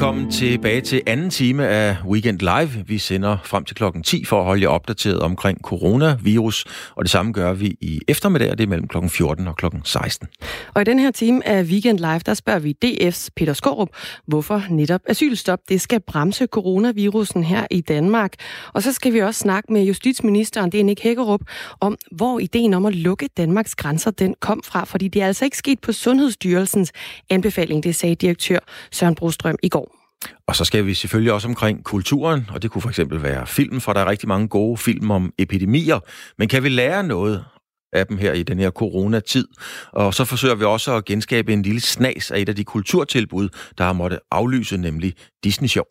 Velkommen tilbage til anden time af Weekend Live. Vi sender frem til klokken 10 for at holde jer opdateret omkring coronavirus, og det samme gør vi i eftermiddag, det er mellem klokken 14 og klokken 16. Og i den her time af Weekend Live, der spørger vi DF's Peter Skaarup, hvorfor netop asylstop det skal bremse coronavirusen her i Danmark. Og så skal vi også snakke med justitsministeren, det er Nick Hækkerup, om hvor ideen om at lukke Danmarks grænser den kom fra, fordi det er altså ikke sket på Sundhedsstyrelsens anbefaling, det sagde direktør Søren Brostrøm i går. Og så skal vi selvfølgelig også omkring kulturen, og det kunne for eksempel være film, for der er rigtig mange gode film om epidemier. Men kan vi lære noget af dem her i den her coronatid? Og så forsøger vi også at genskabe en lille snas af et af de kulturtilbud, der har måttet aflyse, nemlig Disney Sjov.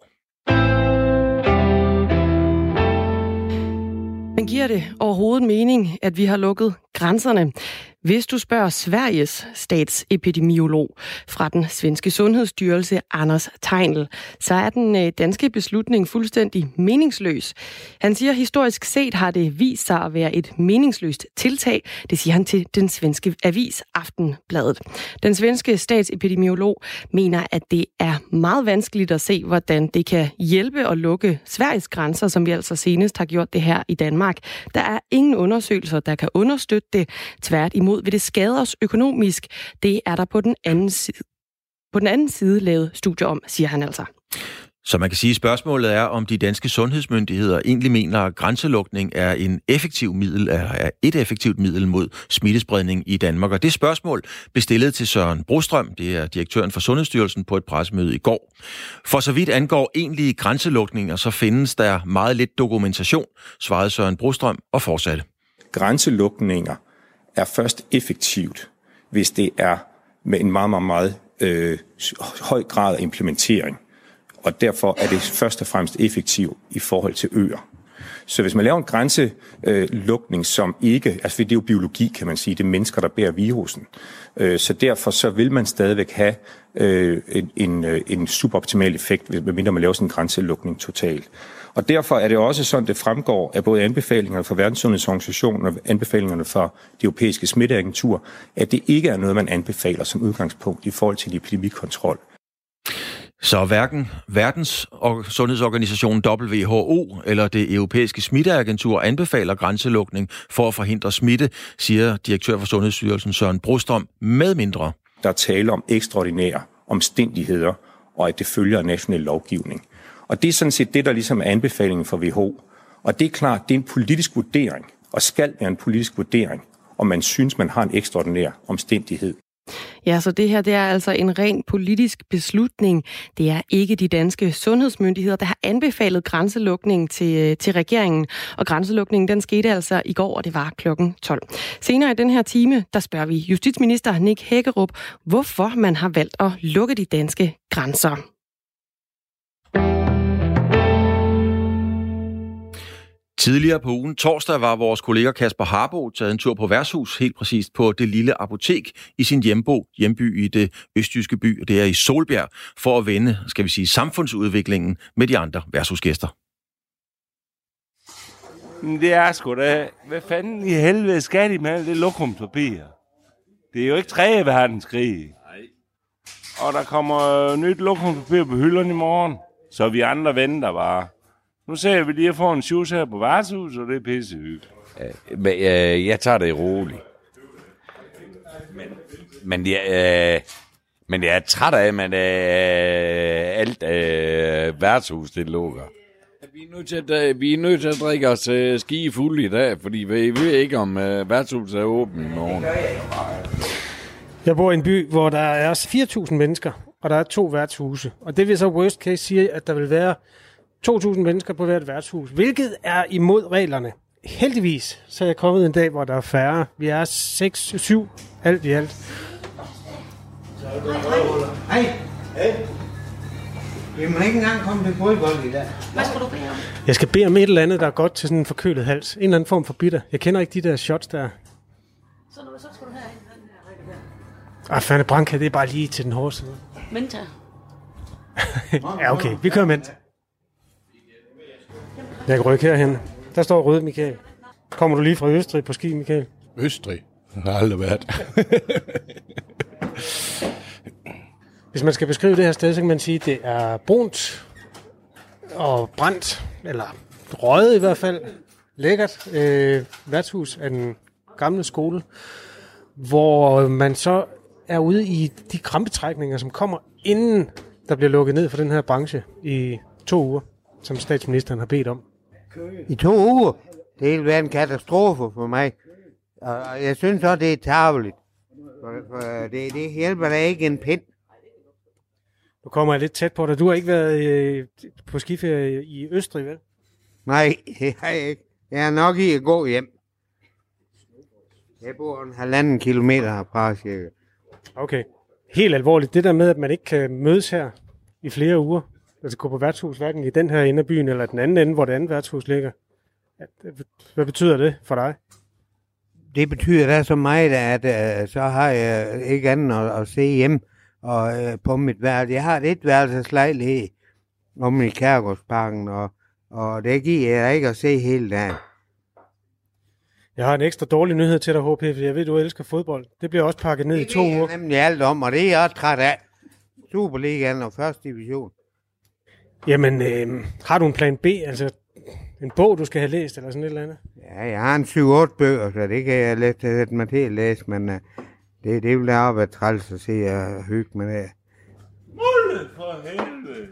Men giver det overhovedet mening, at vi har lukket grænserne? Hvis du spørger Sveriges statsepidemiolog fra den svenske sundhedsstyrelse, Anders Tegnell, så er den danske beslutning fuldstændig meningsløs. Han siger, at historisk set har det vist sig at være et meningsløst tiltag. Det siger han til den svenske avis Aftenbladet. Den svenske statsepidemiolog mener, at det er meget vanskeligt at se, hvordan det kan hjælpe at lukke Sveriges grænser, som vi altså senest har gjort det her i Danmark. Der er ingen undersøgelser, der kan understøtte det. Tværtimod vil det skade os økonomisk. Det er der på den anden side lavet studier om, siger han altså. Så man kan sige, at spørgsmålet er, om de danske sundhedsmyndigheder egentlig mener, at grænselukning er et effektivt middel mod smittespredning i Danmark. Og det spørgsmål blev stillet til Søren Brostrøm, det er direktøren for Sundhedsstyrelsen, på et pressemøde i går. For så vidt angår egentlige grænselukninger, så findes der meget lidt dokumentation, svarede Søren Brostrøm og fortsatte. Grænselukninger er først effektivt, hvis det er med en meget, meget, meget høj grad af implementering. Og derfor er det først og fremmest effektivt i forhold til øer. Så hvis man laver en grænselukning, som ikke, altså det er jo biologi, kan man sige, det er mennesker, der bærer virusen. Så derfor så vil man stadigvæk have en suboptimal effekt, medmindre man laver sådan en grænselukning totalt. Og derfor er det også sådan, det fremgår af både anbefalingerne fra Verdenssundhedsorganisationen og anbefalingerne fra det europæiske smitteagentur, at det ikke er noget, man anbefaler som udgangspunkt i forhold til epidemikontrol. Så hverken Verdens Sundhedsorganisationen WHO eller det europæiske smitteagentur anbefaler grænselukning for at forhindre smitte, siger direktør for Sundhedsstyrelsen Søren Brostrøm, med mindre. Der er tale om ekstraordinære omstændigheder, og at det følger af national lovgivning. Og det er sådan set det, der ligesom er anbefalingen fra WHO. Og det er klart, det er en politisk vurdering, og skal være en politisk vurdering, om man synes, man har en ekstraordinær omstændighed. Ja, så det her det er altså en ren politisk beslutning. Det er ikke de danske sundhedsmyndigheder, der har anbefalet grænselukning til regeringen. Og grænselukningen den skete altså i går, og det var klokken 12. Senere i den her time, der spørger vi justitsminister Nick Hækkerup, hvorfor man har valgt at lukke de danske grænser. Tidligere på ugen, torsdag, var vores kollega Kasper Harbo taget en tur på værtshus, helt præcist på det lille apotek i sin hjemby i det østjyske by, og det er i Solbjerg, for at vende, skal vi sige, samfundsudviklingen med de andre værtshusgæster. Det er sgu da. Hvad fanden i helvede skal de med alt det lokumspapir? Det er jo ikke 3. verdenskrig. Nej. Og der kommer nyt lokumspapir på hylderne i morgen, så vi andre venter bare. Nu ser vi lige at få en shoes her på værtshus, og det er pissehyggeligt. Jeg tager det roligt. Men jeg er træt af, at alt værtshus det lukker. Vi er nødt til at drikke os ski fuld i dag, fordi vi ved ikke, om værtshuset er åbent i morgen. Jeg bor i en by, hvor der er 4.000 mennesker, og der er 2 værtshuse. Og det vil så worst case sige, at der vil være 2.000 mennesker på hvert værtshus, hvilket er imod reglerne. Heldigvis så er jeg kommet en dag, hvor der er færre. Vi er 6-7 alt i alt. Hej. Vi må ikke engang komme til fodbold i dag. Hvad skal du bede om? Jeg skal bede om et eller andet, der er godt til sådan en forkølet hals. En eller anden form for bitter. Jeg kender ikke de der shots der. Så skal du have en. Fane Branca, det er bare lige til den hårde side. Menta. Ja, okay. Vi kører Menta. Jeg kan rykke herhen. Der står Røde Michael. Kommer du lige fra Østrig på ski, Michael? Østrig? Jeg har aldrig været. Hvis man skal beskrive det her sted, så kan man sige, at det er brunt og brændt, eller røget i hvert fald. Lækkert værtshus af den gamle skole, hvor man så er ude i de krampetrækninger, som kommer inden der bliver lukket ned for den her branche i 2 uger, som statsministeren har bedt om. I 2 uger? Det vil være en katastrofe for mig. Og jeg synes også, det er tarveligt. For det hjælper da ikke en pind. Nu kommer jeg lidt tæt på dig. Du har ikke været på skiferie i Østrig, vel? Nej, det har jeg ikke. Jeg er nok i at gå hjem. Jeg bor 1,5 kilometer herfra, cirka. Okay. Helt alvorligt. Det der med, at man ikke kan mødes her i flere uger, altså gå på værtshus, hverken i den her ende af byen, eller den anden ende, hvor det andet værtshus ligger. Hvad betyder det for dig? Det betyder da så meget, at så har jeg ikke andet at se hjem og på mit værelse. Jeg har et etværelseslejlighed om i Kærgårdsparken, og det giver jeg ikke at se hele dagen. Jeg har en ekstra dårlig nyhed til dig, HP, for jeg ved, du elsker fodbold. Det bliver også pakket ned i 2 uger. Det er nemlig alt om, og det er jeg også træt af. Superligaen og første division. Jamen, har du en plan B, altså en bog, du skal have læst, eller sådan et eller andet? Ja, jeg har en 7-8 bøger, så det kan jeg sætte mig til at læse, men det vil da også være træls at se og hygge med det. Mulle for helvede!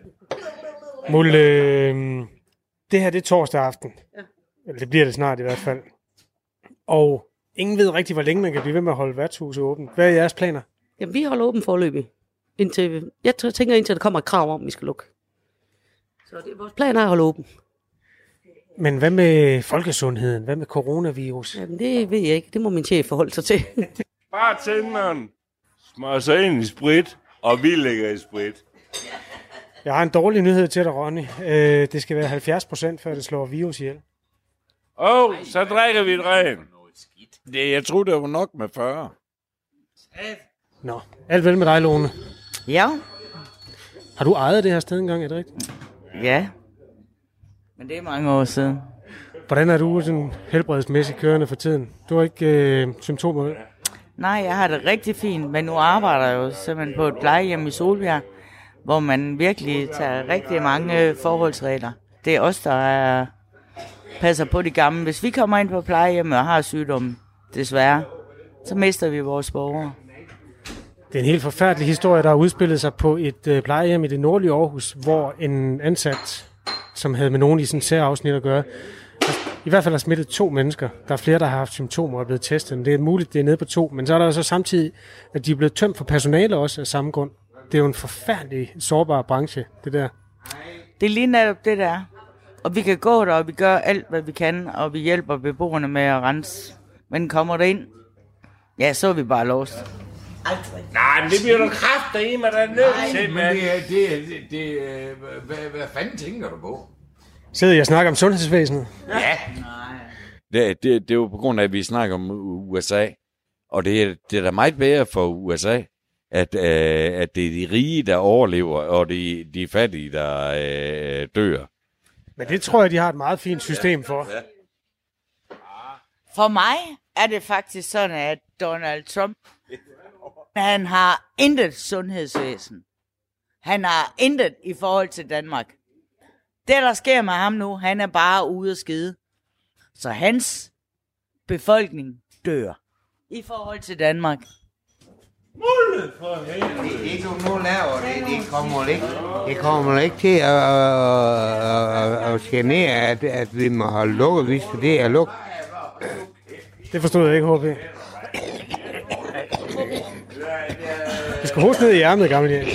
Mulle, det her det er torsdag aften. Ja. Eller det bliver det snart i hvert fald. Og ingen ved rigtig, hvor længe man kan blive ved med at holde værtshuset åbent. Hvad er jeres planer? Jamen, vi holder åben forløbig. Jeg tænker indtil der kommer et krav om, at vi skal lukke. Så det er vores plan er at holde åben. Men hvad med folkesundheden? Hvad med coronavirus? Jamen, det ved jeg ikke. Det må min chef forholde sig til. Bartenderen smører sig ind i sprit, og vi ligger i sprit. Jeg har en dårlig nyhed til dig, Ronny. Det skal være 70%, før det slår virus ihjel. Så drikker vi et ren. Jeg troede, det var nok med 40. Nå, alt vel med dig, Lone. Ja. Har du ejet det her sted engang, er det rigtigt? Ja. Men det er mange år siden. Hvordan er du sådan helbredsmæssigt kørende for tiden? Du har ikke symptomer? Nej, jeg har det rigtig fint, men nu arbejder jeg jo simpelthen på et plejehjem i Solbjerg, hvor man virkelig tager rigtig mange forholdsregler. Det er os, der passer på de gamle. Hvis vi kommer ind på plejehjem og har sygdom, desværre, så mister vi vores borgere. Det er en helt forfærdelig historie, der har udspillet sig på et plejehjem i det nordlige Aarhus, hvor en ansat, som havde med nogen i sådan et særafsnit at gøre, i hvert fald har smittet 2 mennesker. Der er flere, der har haft symptomer og er blevet testet. Men det er muligt, det er nede på 2. Men så er der jo så samtidig, at de er blevet tømt for personale også af samme grund. Det er jo en forfærdelig sårbar branche, det der. Det er lige netop det der. Og vi kan gå der, og vi gør alt, hvad vi kan, og vi hjælper beboerne med at rense. Men kommer der ind, ja, så er vi bare låst. Nej, men det bliver du kraftigt i mig, der er nødt til, mand. Hvad fanden tænker du på? Sidder jeg og snakker om sundhedsvæsenet? Ja. Det er jo på grund af, at vi snakker om USA. Og det er da meget bedre for USA, at det er de rige, der overlever, og de fattige, der dør. Men det tror jeg, de har et meget fint system for. Ja. For mig er det faktisk sådan, at Donald Trump, han har intet sundhedsvæsen. Han har intet i forhold til Danmark. Det, der sker med ham nu, han er bare ude at skide. Så hans befolkning dør i forhold til Danmark. Mulle for helvede. Det du nu laver, det kommer ikke til at genere, at vi må holde lukket, hvis det er lukket. Det forstod jeg ikke, HP. Du skal hoste ned i ærmet, gamle Jens. Jeg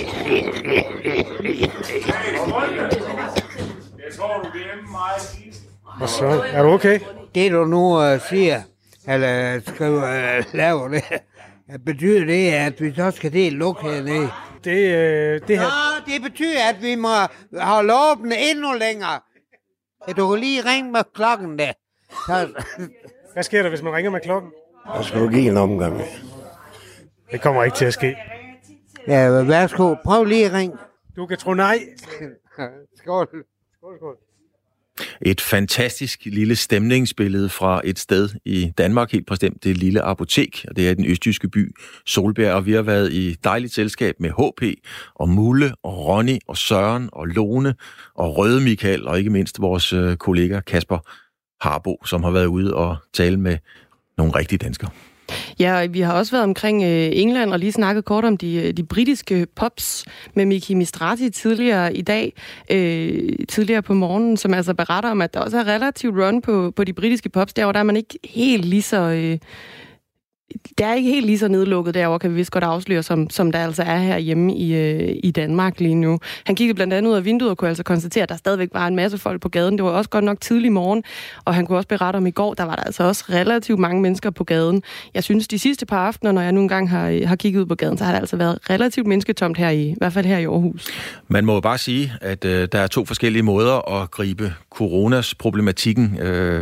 tror, du glemmer mig. Og så, er du okay? Det du nu siger, eller skriver, laver det, betyder det, at vi så skal det lukke hernede? Det her... Nå, det betyder, at vi må holde åbne endnu længere. Du kan lige ringe med klokken der. Hvad sker der, hvis man ringer med klokken? Så skal du give en omgang. Det kommer ikke til at ske. Ja, værsgo. Prøv lige at ringe. Du kan tro nej. Skål. Skål, skål. Et fantastisk lille stemningsbillede fra et sted i Danmark, helt bestemt det lille apotek, og det er den østjyske by Solbjerg, og vi har været i dejligt selskab med HP og Mulle og Ronny og Søren og Lone og Røde Michael, og ikke mindst vores kollega Kasper Harbo, som har været ude og tale med nogle rigtige danskere. Ja, vi har også været omkring England og lige snakket kort om de britiske pubs med Miki Mistrati tidligere i dag, tidligere på morgenen, som altså beretter om, at der også er relativt run på de britiske pubs. Derovre der er man ikke helt lige så... Det er ikke helt lige så nedlukket derovre, kan vi vist godt afsløre, som der altså er herhjemme i Danmark lige nu. Han kiggede blandt andet ud af vinduet og kunne altså konstatere, at der stadigvæk var en masse folk på gaden. Det var også godt nok tidlig morgen, og han kunne også berette om i går, der var der altså også relativt mange mennesker på gaden. Jeg synes, de sidste par aftener, når jeg nu engang har kigget ud på gaden, så har det altså været relativt mennesketomt her i hvert fald her i Aarhus. Man må jo bare sige, at der er to forskellige måder at gribe coronaproblematikken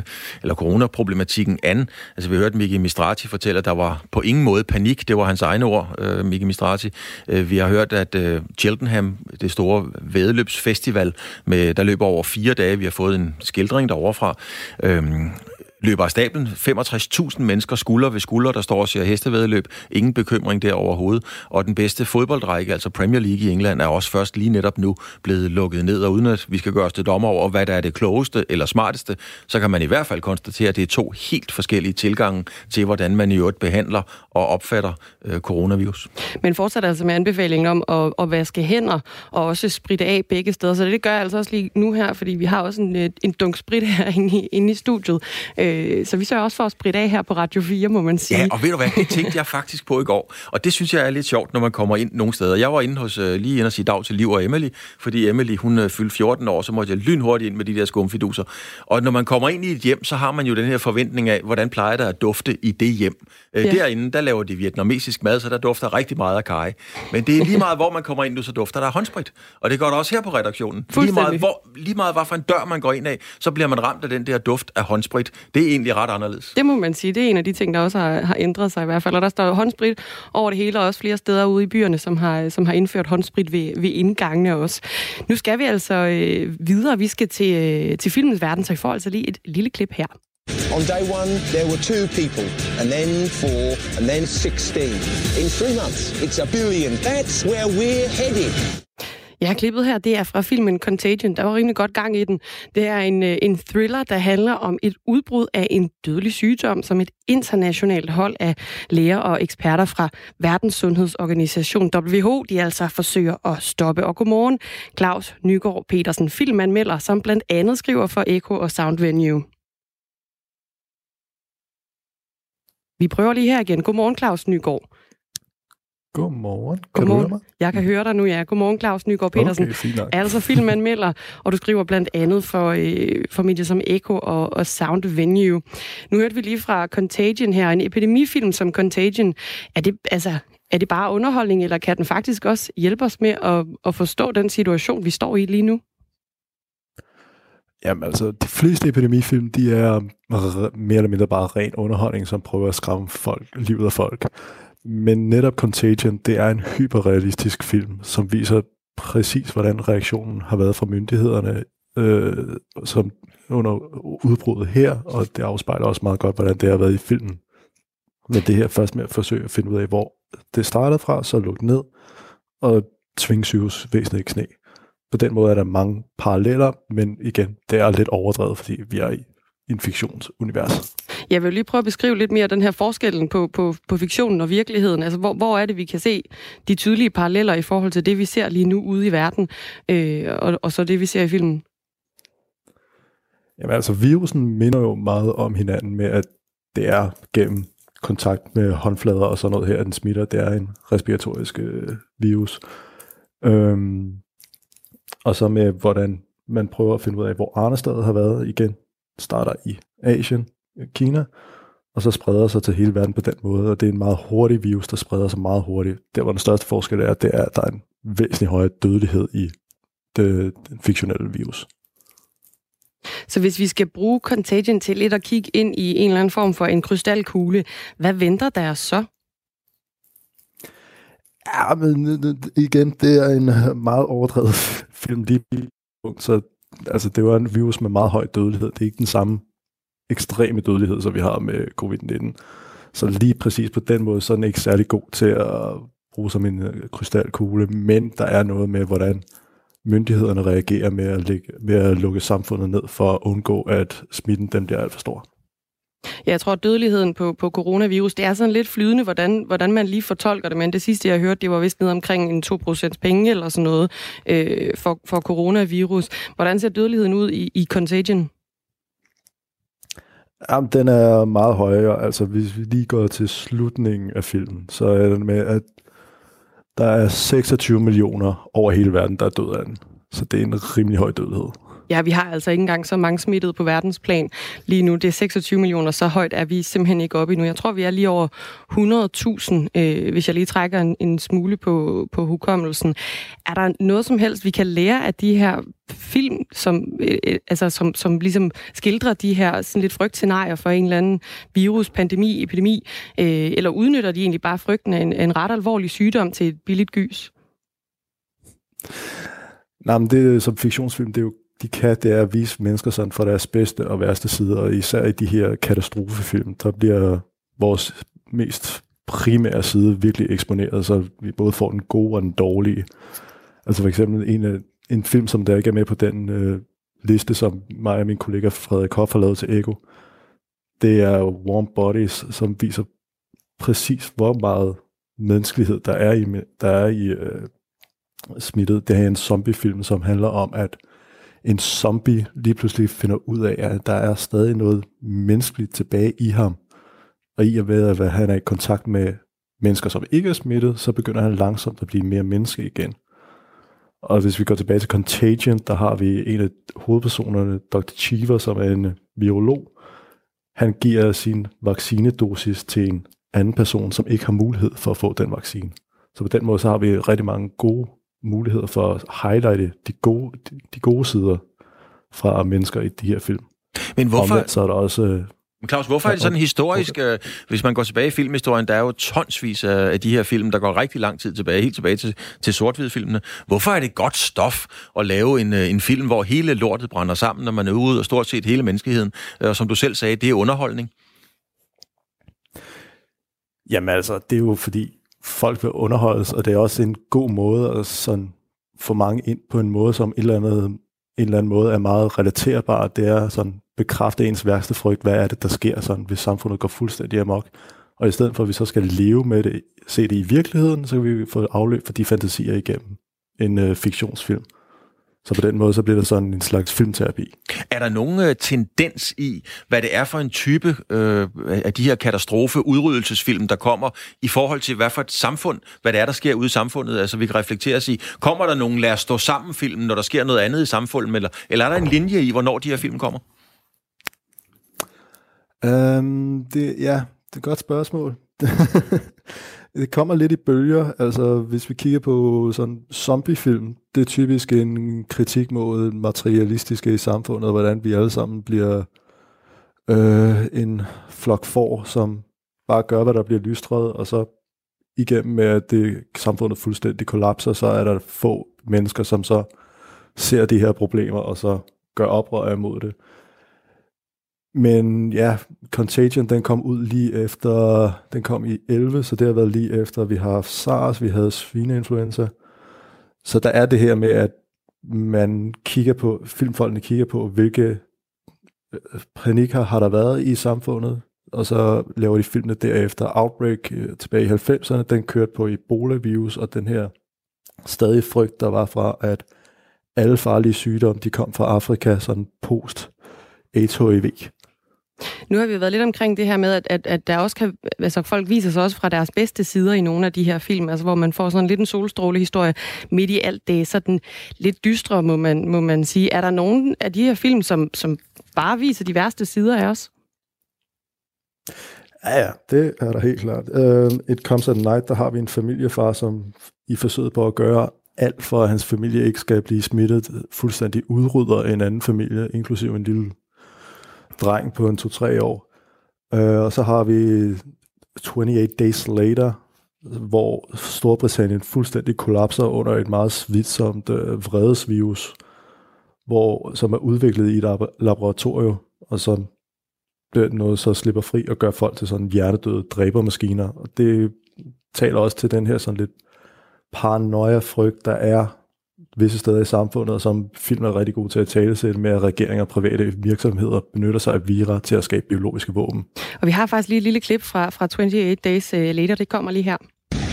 an. Altså vi hørte Miki Mistrati fortælle, at der var på ingen måde panik. Det var hans egne ord, Miki Mistrati. Vi har hørt, at Cheltenham, det store væddeløbsfestival, der løber over 4 dage, vi har fået en skildring derovre fra, løber af stablen. 65.000 mennesker skulder ved skulder, der står og siger hestevæddeløb. Ingen bekymring der overhovedet. Og den bedste fodboldrække, altså Premier League i England, er også først lige netop nu blevet lukket ned. Og uden at vi skal gøre os til dommer over, hvad der er det klogeste eller smarteste, så kan man i hvert fald konstatere, at det er 2 helt forskellige tilgange til, hvordan man i øvrigt behandler og opfatter coronavirus. Men fortsætter altså med anbefalingen om at vaske hænder og også spritte af begge steder. Så det gør jeg altså også lige nu her, fordi vi har også en dunk sprit her inde i studiet. Så vi sørger også for at spritte af her på Radio 4, må man sige. Ja, og ved du hvad, det tænkte jeg faktisk på i går. Og det synes jeg er lidt sjovt, når man kommer ind nogle steder. Jeg var lige inde og sige dag til Liv og Emily, fordi Emily, hun fyldte 14 år, så måtte jeg lynhurtigt ind med de der skumfiduser. Og når man kommer ind i et hjem, så har man jo den her forventning af, hvordan plejer der at dufte i det hjem. Derinde, der laver de vietnamesisk mad, så der dufter rigtig meget af kaj. Men det er lige meget, hvor man kommer ind nu, så dufter der håndsprit. Og det gør det også her på redaktionen. Lige meget hvad for en dør man går ind af, så bliver man ramt af den der duft af håndsprit. Det er egentlig ret anderledes. Det må man sige. Det er en af de ting, der også har ændret sig i hvert fald. Og der står håndsprit over det hele, og også flere steder ude i byerne, som har indført håndsprit ved indgangene også. Nu skal vi altså videre. Vi skal til filmens verden, så I får altså lige et lille klip her. On day 1, there were 2 people, and then 4, and then 16. In 3 months, it's a billion. That's where we're headed. Ja, klippet her, det er fra filmen Contagion. Der var rimelig godt gang i den. Det er en thriller, der handler om et udbrud af en dødelig sygdom, som et internationalt hold af læger og eksperter fra Verdenssundhedsorganisation WHO, de altså forsøger at stoppe. Og godmorgen, Claus Nygaard Petersen, filmanmelder, som blandt andet skriver for Echo og Sound Venue. Vi prøver lige her igen. Godmorgen, Claus Nygaard. Godmorgen. Kan du høre mig? Jeg kan høre dig nu, ja. Godmorgen, Claus Nygaard Petersen. Okay, altså filmanmelder, og du skriver blandt andet for medier som Echo og Sound Venue. Nu hørte vi lige fra Contagion her, en epidemifilm som Contagion. Er det bare underholdning, eller kan den faktisk også hjælpe os med at forstå den situation, vi står i lige nu? Jamen altså, de fleste epidemifilm, de er mere eller mindre bare ren underholdning, som prøver at skræmme livet af folk. Men netop Contagion, det er en hyperrealistisk film, som viser præcis, hvordan reaktionen har været fra myndighederne som under udbruddet her, og det afspejler også meget godt, hvordan det har været i filmen. Men det her først med at forsøge at finde ud af, hvor det startede fra, så lukke ned og tvinge sygehusvæsenet i knæ. På den måde er der mange paralleller, men igen, det er lidt overdrevet, fordi vi er i en fiktionsunivers. Jeg vil lige prøve at beskrive lidt mere den her forskellen på fiktionen og virkeligheden. Altså, hvor er det, vi kan se de tydelige paralleller i forhold til det, vi ser lige nu ude i verden, og så det, vi ser i filmen? Jamen altså, virusen minder jo meget om hinanden med, at det er gennem kontakt med håndflader og sådan noget her, den smitter. Det er en respiratorisk virus. Og så med, hvordan man prøver at finde ud af, hvor Arnestedet har været igen. Starter i Asien, Kina, og så spreder sig til hele verden på den måde, og det er en meget hurtig virus, der spreder sig meget hurtigt. Der hvor den største forskel er, det er, at der er en væsentlig højere dødelighed i den fiktionelle virus. Så hvis vi skal bruge Contagion til lidt at kigge ind i en eller anden form for en krystalkugle, hvad venter der så? Ja, men igen, det er en meget overdrevet film lige, så altså det var en virus med meget høj dødelighed. Det er ikke den samme ekstreme dødelighed, som vi har med covid-19. Så lige præcis på den måde, så er den ikke særlig god til at bruge som en krystalkugle, men der er noget med, hvordan myndighederne reagerer med at lukke samfundet ned for at undgå, at smitten den bliver alt for stor. Ja, jeg tror, at dødeligheden på coronavirus, det er sådan lidt flydende, hvordan man lige fortolker det, men det sidste, jeg hørte, det var vist ned omkring en 2% penge eller sådan noget for coronavirus. Hvordan ser dødeligheden ud i Contagion? Jamen, den er meget højere. Altså, hvis vi lige går til slutningen af filmen, så er det med, at der er 26 millioner over hele verden, der er død af den. Så det er en rimelig høj dødelighed. Ja, vi har altså ikke engang så mange smittede på verdensplan lige nu. Det er 26 millioner, så højt er vi simpelthen ikke oppe endnu. Jeg tror, vi er lige over 100.000, hvis jeg lige trækker en smule på hukommelsen. Er der noget som helst, vi kan lære af de her film, som ligesom skildrer de her sådan lidt frygtscenarier for en eller anden virus, pandemi, epidemi, eller udnytter de egentlig bare frygten af en ret alvorlig sygdom til et billigt gys? Nej, men det som fiktionsfilm, det er jo det er at vise mennesker sådan fra deres bedste og værste sider, og især i de her katastrofefilm, der bliver vores mest primære side virkelig eksponeret, så vi både får den gode og den dårlige. Altså for eksempel en film, som der ikke er med på den liste, som mig og min kollega Frederik Hoff har lavet til Ego, det er Warm Bodies, som viser præcis, hvor meget menneskelighed der er i smittet. Det er en zombiefilm, som handler om, at en zombie lige pludselig finder ud af, at der er stadig noget menneskeligt tilbage i ham. Og i og med, at han er i kontakt med mennesker, som ikke er smittet, så begynder han langsomt at blive mere menneske igen. Og hvis vi går tilbage til Contagion, der har vi en af hovedpersonerne, Dr. Cheever, som er en virolog. Han giver sin vaccinedosis til en anden person, som ikke har mulighed for at få den vaccine. Så på den måde, så har vi rigtig mange gode muligheder for at highlighte de gode sider fra mennesker i de her film. Men hvorfor? Omvendt, så er der også... Claus, hvorfor er det sådan historisk, hvis man går tilbage i filmhistorien, der er jo tonsvis af de her film, der går rigtig lang tid tilbage, helt tilbage til sort-hvid-filmene. Hvorfor er det godt stof at lave en film, hvor hele lortet brænder sammen, når man er ude og stort set hele menneskeheden? Og som du selv sagde, det er underholdning. Jamen altså, det er jo fordi folk vil underholdes, og det er også en god måde at sådan få mange ind på en måde, som en eller anden måde er meget relaterbar. Det er sådan bekræfte ens værste frygt. Hvad er det, der sker, sådan, hvis samfundet går fuldstændig amok? Og i stedet for, at vi så skal leve med det, se det i virkeligheden, så kan vi få afløb for de fantasier igennem en fiktionsfilm. Så på den måde, så bliver det sådan en slags filmterapi. Er der nogen tendens i, hvad det er for en type af de her katastrofe-udryddelsesfilm, der kommer, i forhold til hvad for et samfund, hvad det er, der sker ude i samfundet? Altså, vi kan reflektere os i, kommer der nogen lad os stå sammen filmen, når der sker noget andet i samfundet, eller er der en linje i, hvornår de her film kommer? Det er et godt spørgsmål. Det kommer lidt i bølger. Altså, hvis vi kigger på sådan zombiefilm, det er typisk en kritik mod materialistiske i samfundet, hvordan vi alle sammen bliver en flok får, som bare gør, hvad der bliver lystret, og så igennem med, at samfundet fuldstændig kollapser, så er der få mennesker, som så ser de her problemer, og så gør oprør imod det. Men ja, Contagion, den kom ud lige efter, den kom i 11, så det har været lige efter, vi har haft SARS, vi havde svineinfluenza. Så der er det her med, at man kigger på, filmfolkene kigger på, hvilke panikker har der været i samfundet, og så laver de filmene derefter. Outbreak tilbage i 90'erne, den kørte på Ebola-virus, og den her stadig frygt, der var fra, at alle farlige sygdomme, de kom fra Afrika, sådan post-HIV. Nu har vi været lidt omkring det her med, at der også kan, altså folk viser sig også fra deres bedste sider i nogle af de her film, altså hvor man får sådan lidt en solstrålehistorie midt i alt det, sådan lidt dystre, må man sige. Er der nogen af de her film, som bare viser de værste sider af os? Ja, det er der helt klart. It Comes at Night, der har vi en familiefar, som i forsøget på at gøre alt for, at hans familie ikke skal blive smittet, fuldstændig udrydder en anden familie, inklusive en lille dreng på en 2-3 år. Og så har vi 28 Days Later, hvor Storbritannien fuldstændig kollapser under et meget smitsomt vredesvirus, som er udviklet i et laboratorium, og så noget så slipper fri og gør folk til sådan hjertedøde dræbermaskiner. Og det taler også til den her sådan lidt paranoia-frygt, der er visse steder i samfundet, og som film er rigtig gode til at talesætte med, at regeringer og private virksomheder benytter sig af vira til at skabe biologiske våben. Og vi har faktisk lige et lille klip fra 28 Days Later. Det kommer lige her.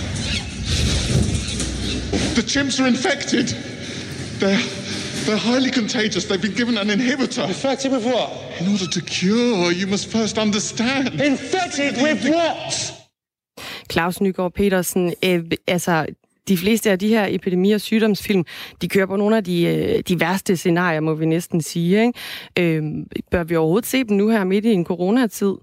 The chimps are infected. They're highly contagious. They've been given an inhibitor. Infected with what? In order to cure, you must first understand. Infected with what? Claus Nygaard Petersen, de fleste af de her epidemi- og sygdomsfilm, de kører på nogle af de værste scenarier, må vi næsten sige. Ikke? Bør vi overhovedet se dem nu her midt i en coronatid?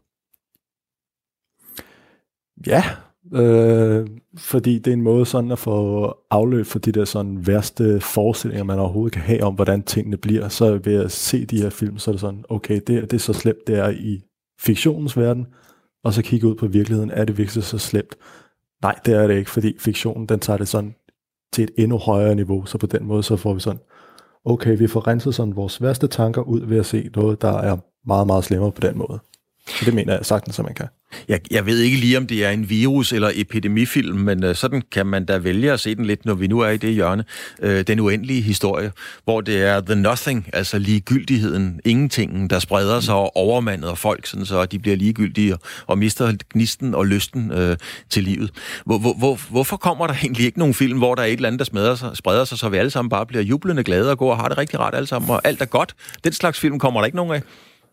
Ja, fordi det er en måde sådan at få afløb for de der sådan værste forestillinger, man overhovedet kan have om, hvordan tingene bliver. Så ved at se de her film, så er det sådan, okay, det er så slemt, det er i fiktionens verden, og så kigge ud på virkeligheden, er det virkelig så slemt? Nej, det er det ikke, fordi fiktionen, den tager det sådan til et endnu højere niveau, så på den måde, så får vi sådan, okay, vi får renset sådan vores værste tanker ud ved at se noget, der er meget, meget slemmere på den måde. Så det mener jeg sagtens, at man kan. Jeg ved ikke lige, om det er en virus- eller epidemifilm, men sådan kan man da vælge at se den lidt, når vi nu er i det hjørne. Den uendelige historie, hvor det er the nothing, altså ligegyldigheden, ingentingen, der spreder sig og overmandet folk, sådan så de bliver ligegyldige og mister gnisten og lysten til livet. Hvorfor kommer der egentlig ikke nogen film, hvor der er et eller andet, der spreder sig, så vi alle sammen bare bliver jublende glade og går og har det rigtig rart alle sammen, og alt er godt? Den slags film kommer der ikke nogen af.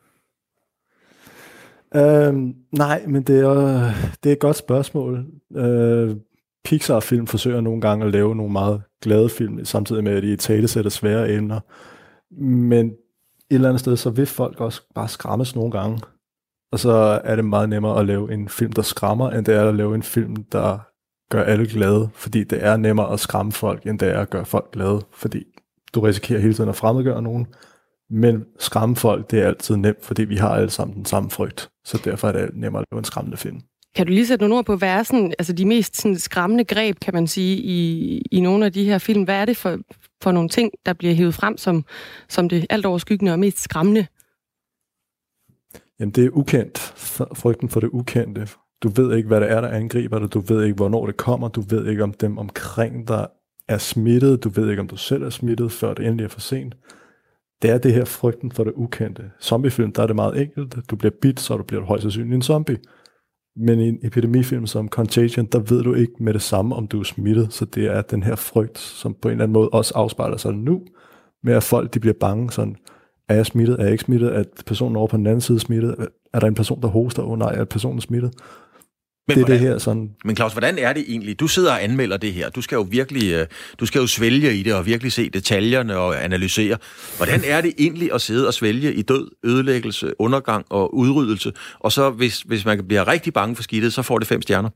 Nej, men det er et godt spørgsmål. Pixar-film forsøger nogle gange at lave nogle meget glade film, samtidig med, at de talesætter svære emner. Men et eller andet sted, så vil folk også bare skræmmes nogle gange. Og så er det meget nemmere at lave en film, der skræmmer, end det er at lave en film, der gør alle glade. Fordi det er nemmere at skræmme folk, end det er at gøre folk glade. Fordi du risikerer hele tiden at fremmedgøre nogen. Men skræmme folk, det er altid nemt, fordi vi har alle sammen den samme frygt. Så derfor er det nemmere at lave en skræmmende film. Kan du lige sætte nogle ord på, hvad er sådan, altså de mest sådan skræmmende greb, kan man sige, i nogle af de her film? Hvad er det for nogle ting, der bliver hævet frem som det alt overskyggende og mest skræmmende? Jamen det er ukendt. Frygten for det ukendte. Du ved ikke, hvad det er, der angriber dig. Du ved ikke, hvornår det kommer. Du ved ikke, om dem omkring dig er smittet. Du ved ikke, om du selv er smittet, før det endelig er for sent. Det er det her frygten for det ukendte. Zombiefilm, der er det meget enkelt. Du bliver bidt, så bliver du højst sandsynligt en zombie. Men i en epidemifilm som Contagion, der ved du ikke med det samme, om du er smittet. Så det er den her frygt, som på en eller anden måde også afspejler sig nu, med at folk de bliver bange. Sådan, er jeg smittet? Er jeg ikke smittet? Er personen over på den anden side smittet? Er der en person, der hoster? Nej, er personen smittet? Men det her sådan. Men Claus, hvordan er det egentlig? Du sidder og anmelder det her. Du skal jo svælge i det og virkelig se detaljerne og analysere. Hvordan er det egentlig at sidde og svælge i død, ødelæggelse, undergang og udryddelse? Og så hvis man bliver rigtig bange for skidtet, så får det 5 stjerner.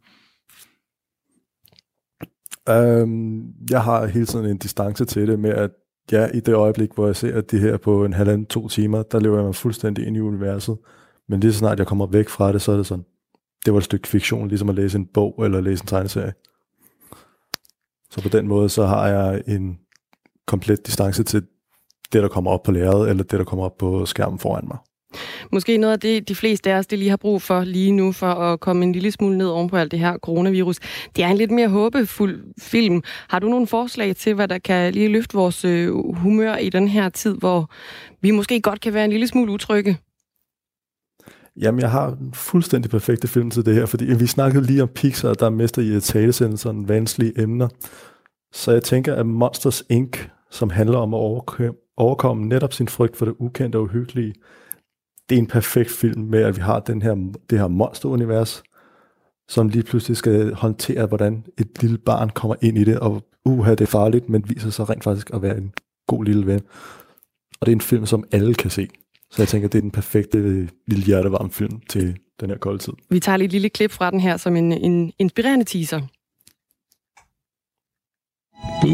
Jeg har hele tiden en distance til det med, at i det øjeblik, hvor jeg ser, at det her på 1,5-2 timer, der lever jeg mig fuldstændig ind i universet. Men lige så snart jeg kommer væk fra det, så er det sådan, det var et stykke fiktion, ligesom at læse en bog eller læse en tegneserie. Så på den måde, så har jeg en komplet distance til det, der kommer op på lærredet, eller det, der kommer op på skærmen foran mig. Måske noget af det, de fleste af os det lige har brug for lige nu, for at komme en lille smule ned oven på alt det her coronavirus. Det er en lidt mere håbefuld film. Har du nogle forslag til, hvad der kan lige løfte vores humør i den her tid, hvor vi måske godt kan være en lille smule utrygge? Jamen, jeg har en fuldstændig perfekte film til det her, fordi vi snakkede lige om Pixar, der mester i at talesende sådan vanskelige emner. Så jeg tænker, at Monsters Inc., som handler om at overkomme netop sin frygt for det ukendte og uhyggelige, det er en perfekt film med, at vi har det her monsterunivers, som lige pludselig skal håndtere, hvordan et lille barn kommer ind i det, og det er farligt, men viser sig rent faktisk at være en god lille ven. Og det er en film, som alle kan se. Så jeg tænker, det er den perfekte lille hjertevarme film til den her kolde tid. Vi tager lige et lille klip fra den her som en inspirerende teaser. Boo.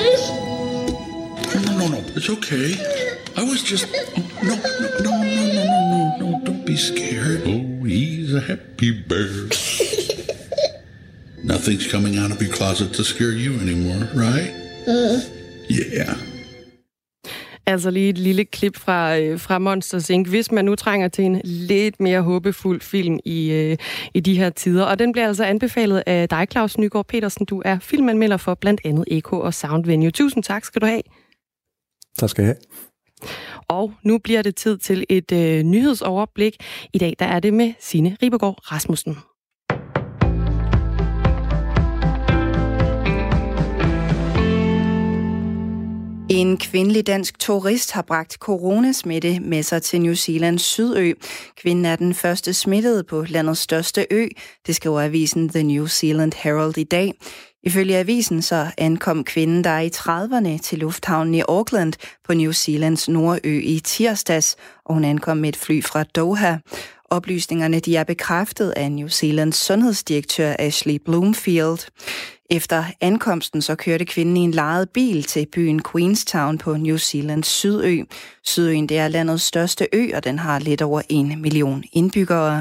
No, it's okay. I was just... No, don't be scared. Oh, he's a happy bear. Nothing's coming out of your closet to scare you anymore, right? Yeah. Altså lige et lille klip fra Monsters Inc., hvis man nu trænger til en lidt mere håbefuld film i de her tider. Og den bliver altså anbefalet af dig, Claus Nygaard Petersen. Du er filmanmelder for blandt andet Eko og Sound Venue. Tusind tak skal du have. Tak skal jeg have. Og nu bliver det tid til et nyhedsoverblik. I dag der er det med Signe Ribergaard Rasmussen. En kvindelig dansk turist har bragt coronasmitte med sig til New Zealands sydø. Kvinden er den første smittede på landets største ø. Det skriver avisen The New Zealand Herald i dag. Ifølge avisen så ankom kvinden, der er i 30'erne, til lufthavnen i Auckland på New Zealands nordø i tirsdags, og hun ankom med et fly fra Doha. Oplysningerne de er bekræftet af New Zealands sundhedsdirektør Ashley Bloomfield. Efter ankomsten så kørte kvinden i en lejet bil til byen Queenstown på New Zealands sydø. Sydøen det er landets største ø, og den har lidt over 1 million indbyggere.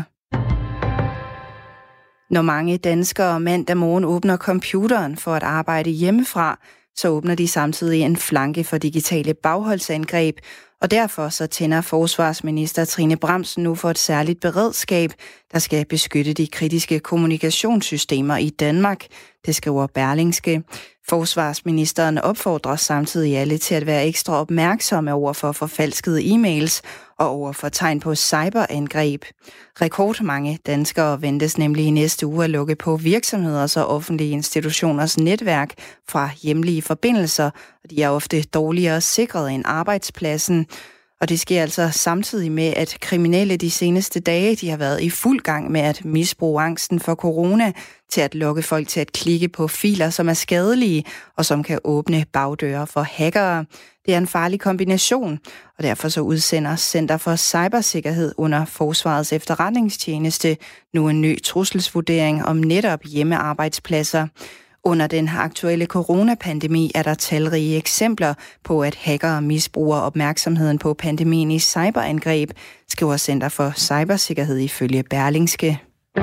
Når mange danskere mandag morgen åbner computeren for at arbejde hjemmefra, så åbner de samtidig en flanke for digitale bagholdsangreb, og derfor så tænder forsvarsminister Trine Bramsen nu for et særligt beredskab, der skal beskytte de kritiske kommunikationssystemer i Danmark. Det skriver Berlingske. Forsvarsministeren opfordrer samtidig alle til at være ekstra opmærksomme over for forfalskede e-mails og over for tegn på cyberangreb. Rekordmange danskere ventes nemlig i næste uge at lukke på virksomheders og offentlige institutioners netværk fra hjemlige forbindelser, og de er ofte dårligere sikret end arbejdspladsen. Og det sker altså samtidig med, at kriminelle de seneste dage de har været i fuld gang med at misbruge angsten for corona til at lokke folk til at klikke på filer, som er skadelige og som kan åbne bagdøre for hackere. Det er en farlig kombination, og derfor så udsender Center for Cybersikkerhed under Forsvarets Efterretningstjeneste nu en ny trusselsvurdering om netop hjemmearbejdspladser. Under den aktuelle coronapandemi er der talrige eksempler på, at hackere misbruger opmærksomheden på pandemien i cyberangreb, skriver Center for Cybersikkerhed ifølge Berlingske.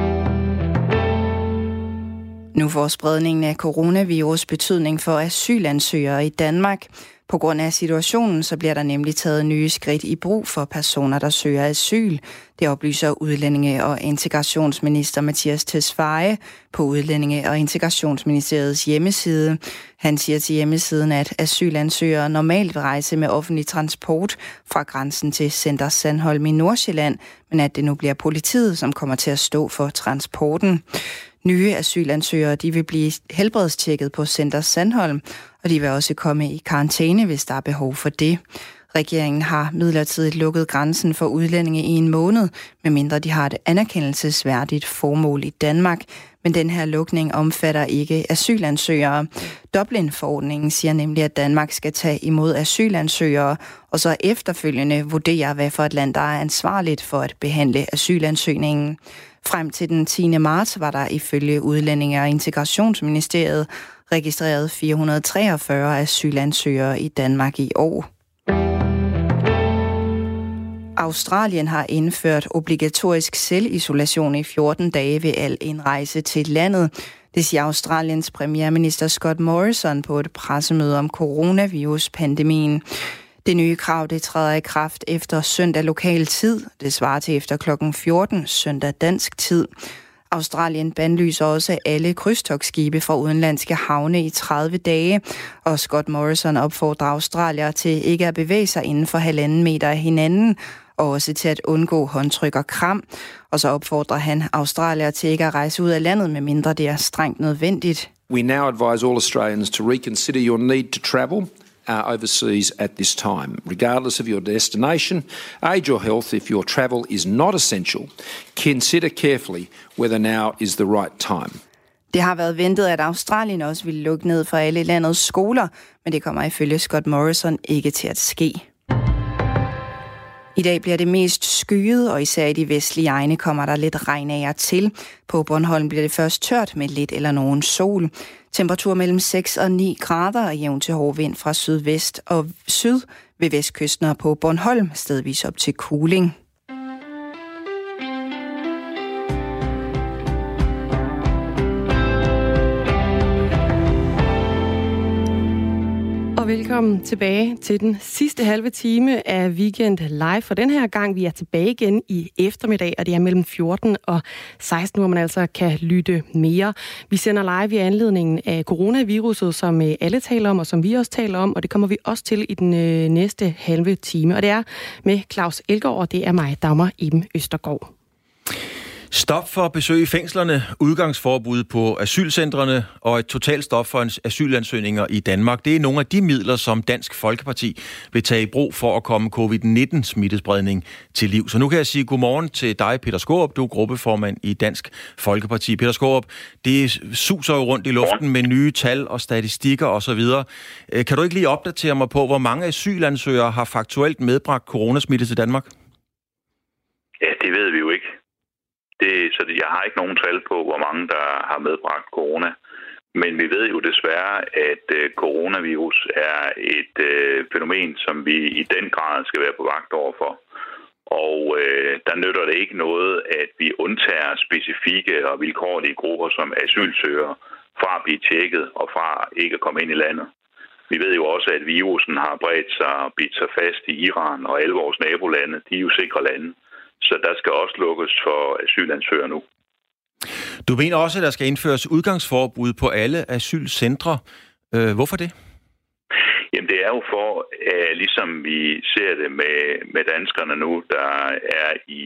Nu får spredningen af coronavirus betydning for asylansøgere i Danmark. På grund af situationen, så bliver der nemlig taget nye skridt i brug for personer, der søger asyl. Det oplyser Udlændinge- og Integrationsminister Mattias Tesfaye på Udlændinge- og Integrationsministeriets hjemmeside. Han siger til hjemmesiden, at asylansøgere normalt vil rejse med offentlig transport fra grænsen til Center Sandholm i Nordsjælland, men at det nu bliver politiet, som kommer til at stå for transporten. Nye asylansøgere de vil blive helbredstjekket på Center Sandholm, og de vil også komme i karantæne, hvis der er behov for det. Regeringen har midlertidigt lukket grænsen for udlændinge i en måned, medmindre de har et anerkendelsesværdigt formål i Danmark. Men den her lukning omfatter ikke asylansøgere. Dublin-forordningen siger nemlig, at Danmark skal tage imod asylansøgere, og så efterfølgende vurdere, hvad for et land, der er ansvarligt for at behandle asylansøgningen. Frem til den 10. marts var der ifølge Udlændinge- og Integrationsministeriet registreret 443 asylansøgere i Danmark i år. Australien har indført obligatorisk selvisolation i 14 dage ved al indrejse til landet. Det siger Australiens premierminister Scott Morrison på et pressemøde om coronavirus-pandemien. Det nye krav det træder i kraft efter søndag lokal tid. Det svarer til efter klokken 14 søndag dansk tid. Australien bandlyser også alle krydstogtskibe fra udenlandske havne i 30 dage, og Scott Morrison opfordrer australiere til ikke at bevæge sig inden for 1,5 meter af hinanden, og også til at undgå håndtryk og kram. Og så opfordrer han australiere til ikke at rejse ud af landet, medmindre det er strengt nødvendigt. We now advise all Australians to reconsider your need to travel overseas at this time, regardless of your destination, age or health. If your travel is not essential, consider carefully whether now is the right time. Det har været ventet, at Australien også ville lukke ned for alle landets skoler, men det kommer ifølge Scott Morrison ikke til at ske. I dag bliver det mest skyet, og især i de vestlige egne kommer der lidt regn af og til. På Bornholm bliver det først tørt med lidt eller nogen sol. Temperatur mellem 6 og 9 grader og jævn til hård vind fra sydvest og syd ved vestkysten og på Bornholm, stedvis op til kuling. Og velkommen tilbage til den sidste halve time af Weekend Live. For den her gang, vi er tilbage igen i eftermiddag, og det er mellem 14 og 16 hvor man altså kan lytte mere. Vi sender live i anledningen af coronaviruset, som alle taler om, og som vi også taler om, og det kommer vi også til i den næste halve time. Og det er med Claus Elgaard, og det er mig, Dagmar Eben Østergaard. Stop for besøg i fængslerne, udgangsforbud på asylcentrene og et totalt stop for asylansøgninger i Danmark. Det er nogle af de midler, som Dansk Folkeparti vil tage i brug for at komme covid-19-smittespredning til liv. Så nu kan jeg sige godmorgen til dig, Peter Skaarup. Du er gruppeformand i Dansk Folkeparti. Peter Skaarup, det suser jo rundt i luften med nye tal og statistikker osv. Kan du ikke lige opdatere mig på, hvor mange asylansøgere har faktuelt medbragt coronasmitte til Danmark? Ja, det ved vi jo ikke. Så jeg har ikke nogen tal på, hvor mange der har medbragt corona. Men vi ved jo desværre, at coronavirus er et fænomen, som vi i den grad skal være på vagt overfor. Og der nytter det ikke noget, at vi undtager specifikke og vilkårlige grupper som asylsøgere fra at blive tjekket og fra ikke at komme ind i landet. Vi ved jo også, at virusen har bredt sig og bidt sig fast i Iran og alle vores nabolande. De er jo sikre lande. Så der skal også lukkes for asylansøgere nu. Du mener også, at der skal indføres udgangsforbud på alle asylcentre. Hvorfor det? Jamen det er jo for, ligesom vi ser det med danskerne nu, der er i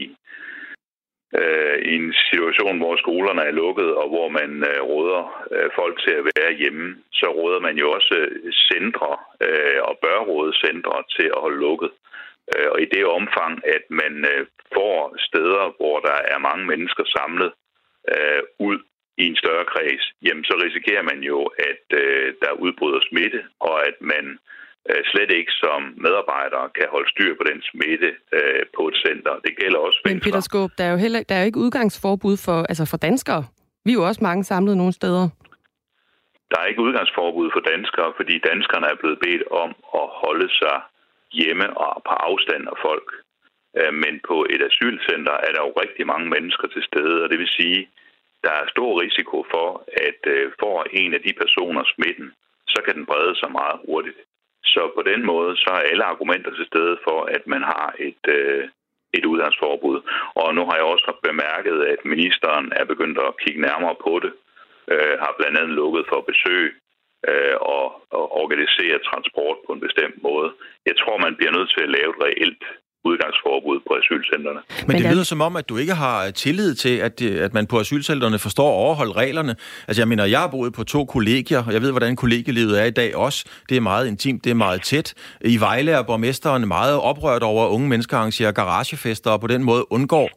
en situation, hvor skolerne er lukket, og hvor man råder folk til at være hjemme, så råder man jo også centre og bør råde centre til at holde lukket. Og i det omfang, at man får steder, hvor der er mange mennesker samlet ud i en større kreds, jamen så risikerer man jo, at der udbryder smitte, og at man slet ikke som medarbejder kan holde styr på den smitte på et center. Det gælder også fængsler. Men Peter Skaarup, der er jo ikke udgangsforbud for danskere. Vi er jo også mange samlet nogle steder. Der er ikke udgangsforbud for danskere, fordi danskerne er blevet bedt om at holde sig hjemme og på afstand af folk. Men på et asylcenter er der jo rigtig mange mennesker til stede, og det vil sige, der er stor risiko for, at får en af de personer smitten, så kan den brede sig meget hurtigt. Så på den måde, så er alle argumenter til stede for, at man har et udgangsforbud. Og nu har jeg også bemærket, at ministeren er begyndt at kigge nærmere på det, har blandt andet lukket for besøg, og organisere transport på en bestemt måde. Jeg tror, man bliver nødt til at lave et reelt udgangsforbud på asylcentrene. Men det lyder som om, at du ikke har tillid til, at man på asylcentrene forstår at overholde reglerne. Altså jeg mener, jeg har boet på 2 kollegier, og jeg ved, hvordan kollegielivet er i dag også. Det er meget intimt, det er meget tæt. I Vejle er borgmesteren meget oprørt over, at unge mennesker arrangerer garagefester, og på den måde omgår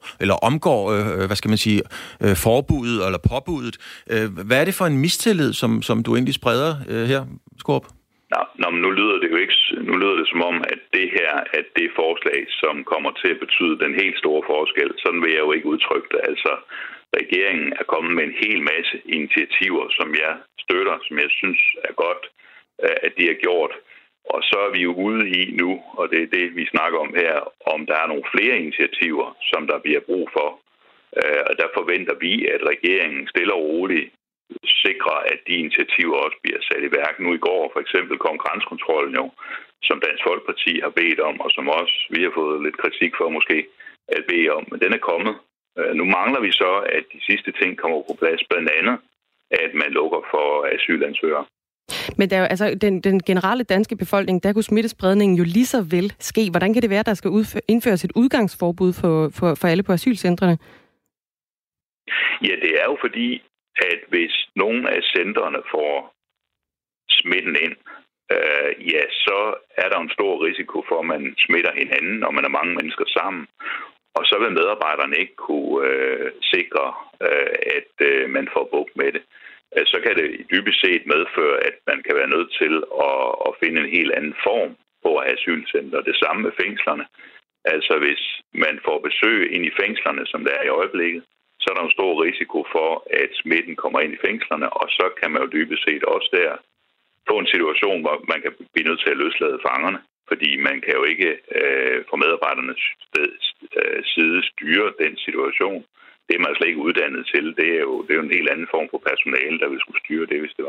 forbuddet eller påbuddet. Hvad er det for en mistillid, som du egentlig spreder her, Skaarup? Nå, men nu lyder det jo ikke. Nu lyder det som om, at det her er det forslag, som kommer til at betyde den helt store forskel. Sådan vil jeg jo ikke udtrykke det. Altså, regeringen er kommet med en hel masse initiativer, som jeg støtter, som jeg synes er godt, at de har gjort. Og så er vi jo ude i nu, og det er det, vi snakker om her, om der er nogle flere initiativer, som der bliver brug for. Og der forventer vi, at regeringen stille og roligt sikre, at de initiativer også bliver sat i værk. Nu i går for eksempel kom grænsekontrollen jo, som Dansk Folkeparti har bedt om, og som også vi har fået lidt kritik for måske at bede om, men den er kommet. Nu mangler vi så, at de sidste ting kommer på plads, blandt andet, at man lukker for asylansøgere. Men der er jo, altså, den generelle danske befolkning, der kunne smittespredningen jo lige så vel ske. Hvordan kan det være, at der skal indføres et udgangsforbud for alle på asylcentrene? Ja, det er jo fordi, at hvis nogle af centrene får smitten ind, så er der en stor risiko for, at man smitter hinanden, når man er mange mennesker sammen. Og så vil medarbejderne ikke kunne sikre, at man får bugt med det. Så kan det dybest set medføre, at man kan være nødt til at finde en helt anden form på asylcenter. Det samme med fængslerne. Altså hvis man får besøg ind i fængslerne, som det er i øjeblikket, så er der en stor risiko for, at smitten kommer ind i fængslerne, og så kan man jo dybest set også der få en situation, hvor man kan blive nødt til at løslade fangerne, fordi man kan jo ikke fra medarbejdernes side styre den situation. Det er man slet ikke uddannet til. Det er jo en helt anden form for personale, der vil skulle styre det, hvis det var.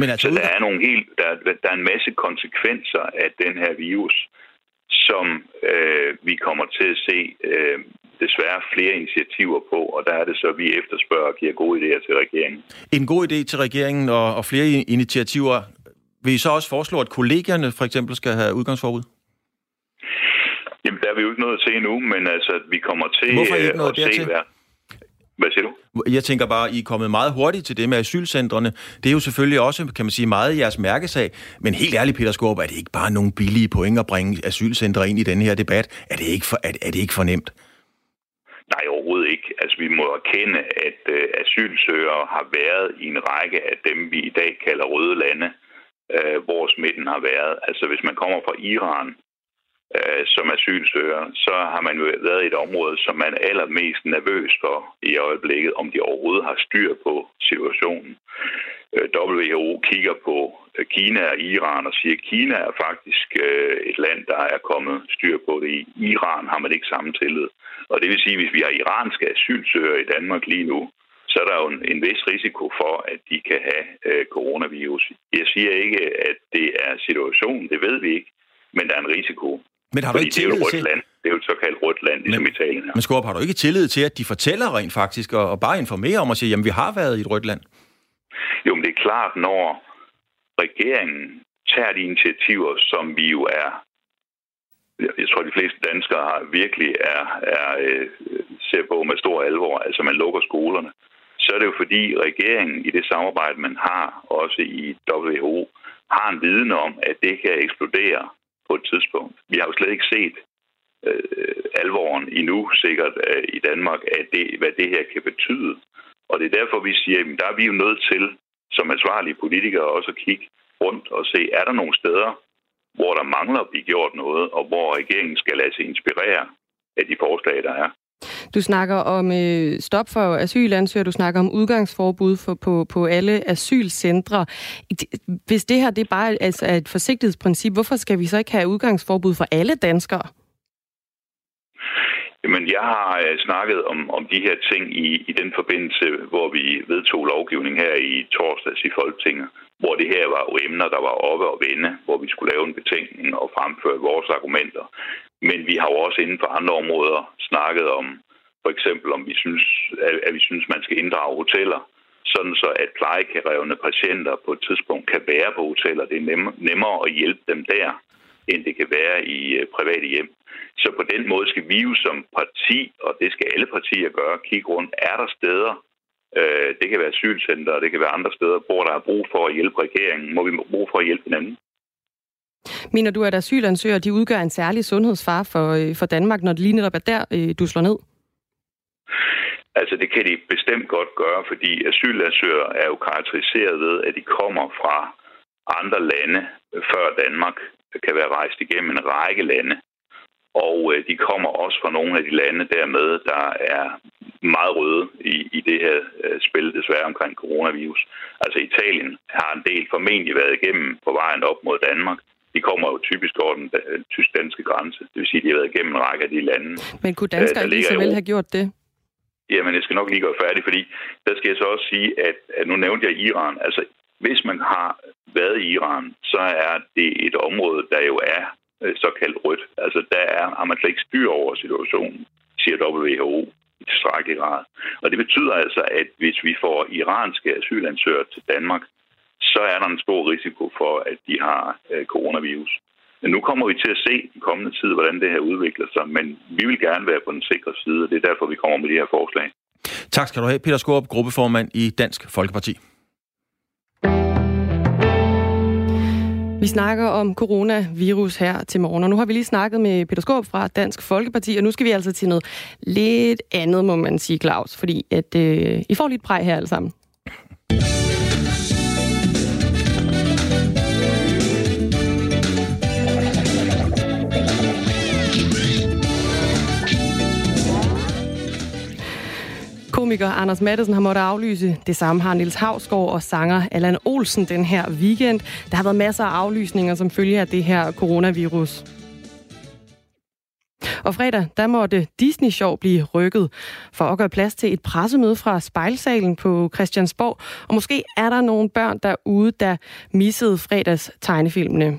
Men altså, så der er en masse konsekvenser af den her virus, som vi kommer til at se desværre flere initiativer på, og der er det så, vi efterspørger og giver gode idéer til regeringen. En god idé til regeringen og flere initiativer. Vil I så også foreslå, at kollegierne for eksempel skal have udgangsforbud? Jamen, der er vi jo ikke nået til endnu, men altså, vi kommer til at se hvad. Hvad siger du? Jeg tænker bare, I er kommet meget hurtigt til det med asylcentrene. Det er jo selvfølgelig også, kan man sige, meget jeres mærkesag. Men helt ærligt, Peter Skaarup, er det ikke bare nogle billige point at bringe asylcentre ind i denne her debat? Er det ikke for nemt? Nej, overhovedet ikke. Altså, vi må erkende, at asylsøgere har været i en række af dem, vi i dag kalder røde lande, hvor smitten har været. Altså, hvis man kommer fra Iran som asylsøger, så har man jo været i et område, som man er allermest nervøs for i øjeblikket, om de overhovedet har styr på situationen. WHO kigger på Kina og Iran og siger, at Kina er faktisk et land, der er kommet styr på det. I Iran har man ikke samme tillid. Og det vil sige, at hvis vi har iranske asylsøgere i Danmark lige nu, så er der jo en vis risiko for, at de kan have coronavirus. Jeg siger ikke, at det er situationen, det ved vi ikke, men der er en risiko. Men har du ikke tillid til... Det er jo et såkaldt rødt land, ligesom Italien her. Men Skaarup, har du ikke tillid til, at de fortæller rent faktisk, og bare informerer om at sige, jamen vi har været i et rødt land? Jo, men det er klart, når regeringen tager de initiativer, som vi jo er... Jeg tror, de fleste danskere virkelig ser på med stor alvor, altså man lukker skolerne, så er det jo fordi regeringen i det samarbejde, man har, også i WHO, har en viden om, at det kan eksplodere på et tidspunkt. Vi har jo slet ikke set alvoren endnu sikkert i Danmark, at hvad det her kan betyde. Og det er derfor, vi siger, at der er vi jo nødt til, som ansvarlige politikere, også at kigge rundt og se, er der nogle steder, hvor der mangler at blive gjort noget, og hvor regeringen skal lade sig inspirere af de forslag, der er. Du snakker om stop for asylansøgere, du snakker om udgangsforbud på alle asylcentre. Hvis det her det bare er et forsigtighedsprincip, hvorfor skal vi så ikke have udgangsforbud for alle danskere? Jamen, jeg har snakket om de her ting i den forbindelse, hvor vi vedtog lovgivning her i torsdags i Folketinget, hvor det her var jo emner, der var oppe og vende, hvor vi skulle lave en betænkning og fremføre vores argumenter. Men vi har jo også inden for andre områder snakket om, for eksempel om vi synes, man skal inddrage hoteller, sådan så at plejekrævende patienter på et tidspunkt kan være på hoteller. Det er nemmere at hjælpe dem der, end det kan være i private hjem. Så på den måde skal vi jo som parti, og det skal alle partier gøre, kigge rundt. Er der steder, det kan være asylcenter, det kan være andre steder, hvor der er brug for at hjælpe regeringen, må vi bruge for at hjælpe hinanden. Mener du, at asylansøgere de udgør en særlig sundhedsfare for Danmark, når det lige netop er der, du slår ned? Altså, det kan de bestemt godt gøre, fordi asylansøgere er jo karakteriseret ved, at de kommer fra andre lande før Danmark, kan være rejst igennem en række lande. Og de kommer også fra nogle af de lande dermed, der er meget røde i det her spil, desværre omkring coronavirus. Altså Italien har en del formentlig været igennem på vejen op mod Danmark. De kommer jo typisk over den tysk-danske grænse. Det vil sige, at de har været igennem en række af de lande. Men kunne danskere lige så vel have gjort det? Jamen, jeg skal nok lige gøre færdig, fordi der skal jeg så også sige, at nu nævnte jeg Iran. Altså, hvis man har været i Iran, så er det et område, der jo er såkaldt rødt. Altså, har man slet ikke styr over situationen, siger WHO i tilstrækkelig grad. Og det betyder altså, at hvis vi får iranske asylansøgere til Danmark, så er der en stor risiko for, at de har coronavirus. Men nu kommer vi til at se i kommende tid, hvordan det her udvikler sig, men vi vil gerne være på den sikre side, og det er derfor, vi kommer med de her forslag. Tak skal du have, Peter Skaarup, gruppeformand i Dansk Folkeparti. Vi snakker om coronavirus her til morgen, og nu har vi lige snakket med Peter Skaarup fra Dansk Folkeparti, og nu skal vi altså til noget lidt andet, må man sige, Claus, fordi at I får lidt præg her alle sammen. Komiker Anders Matthesen har måttet aflyse. Det samme har Niels Hausgaard og sanger Allan Olsen den her weekend. Der har været masser af aflysninger som følge af det her coronavirus. Og fredag, der måtte Disney Sjov blive rykket for at gøre plads til et pressemøde fra Spejlsalen på Christiansborg. Og måske er der nogle børn derude, der missede fredags tegnefilmene.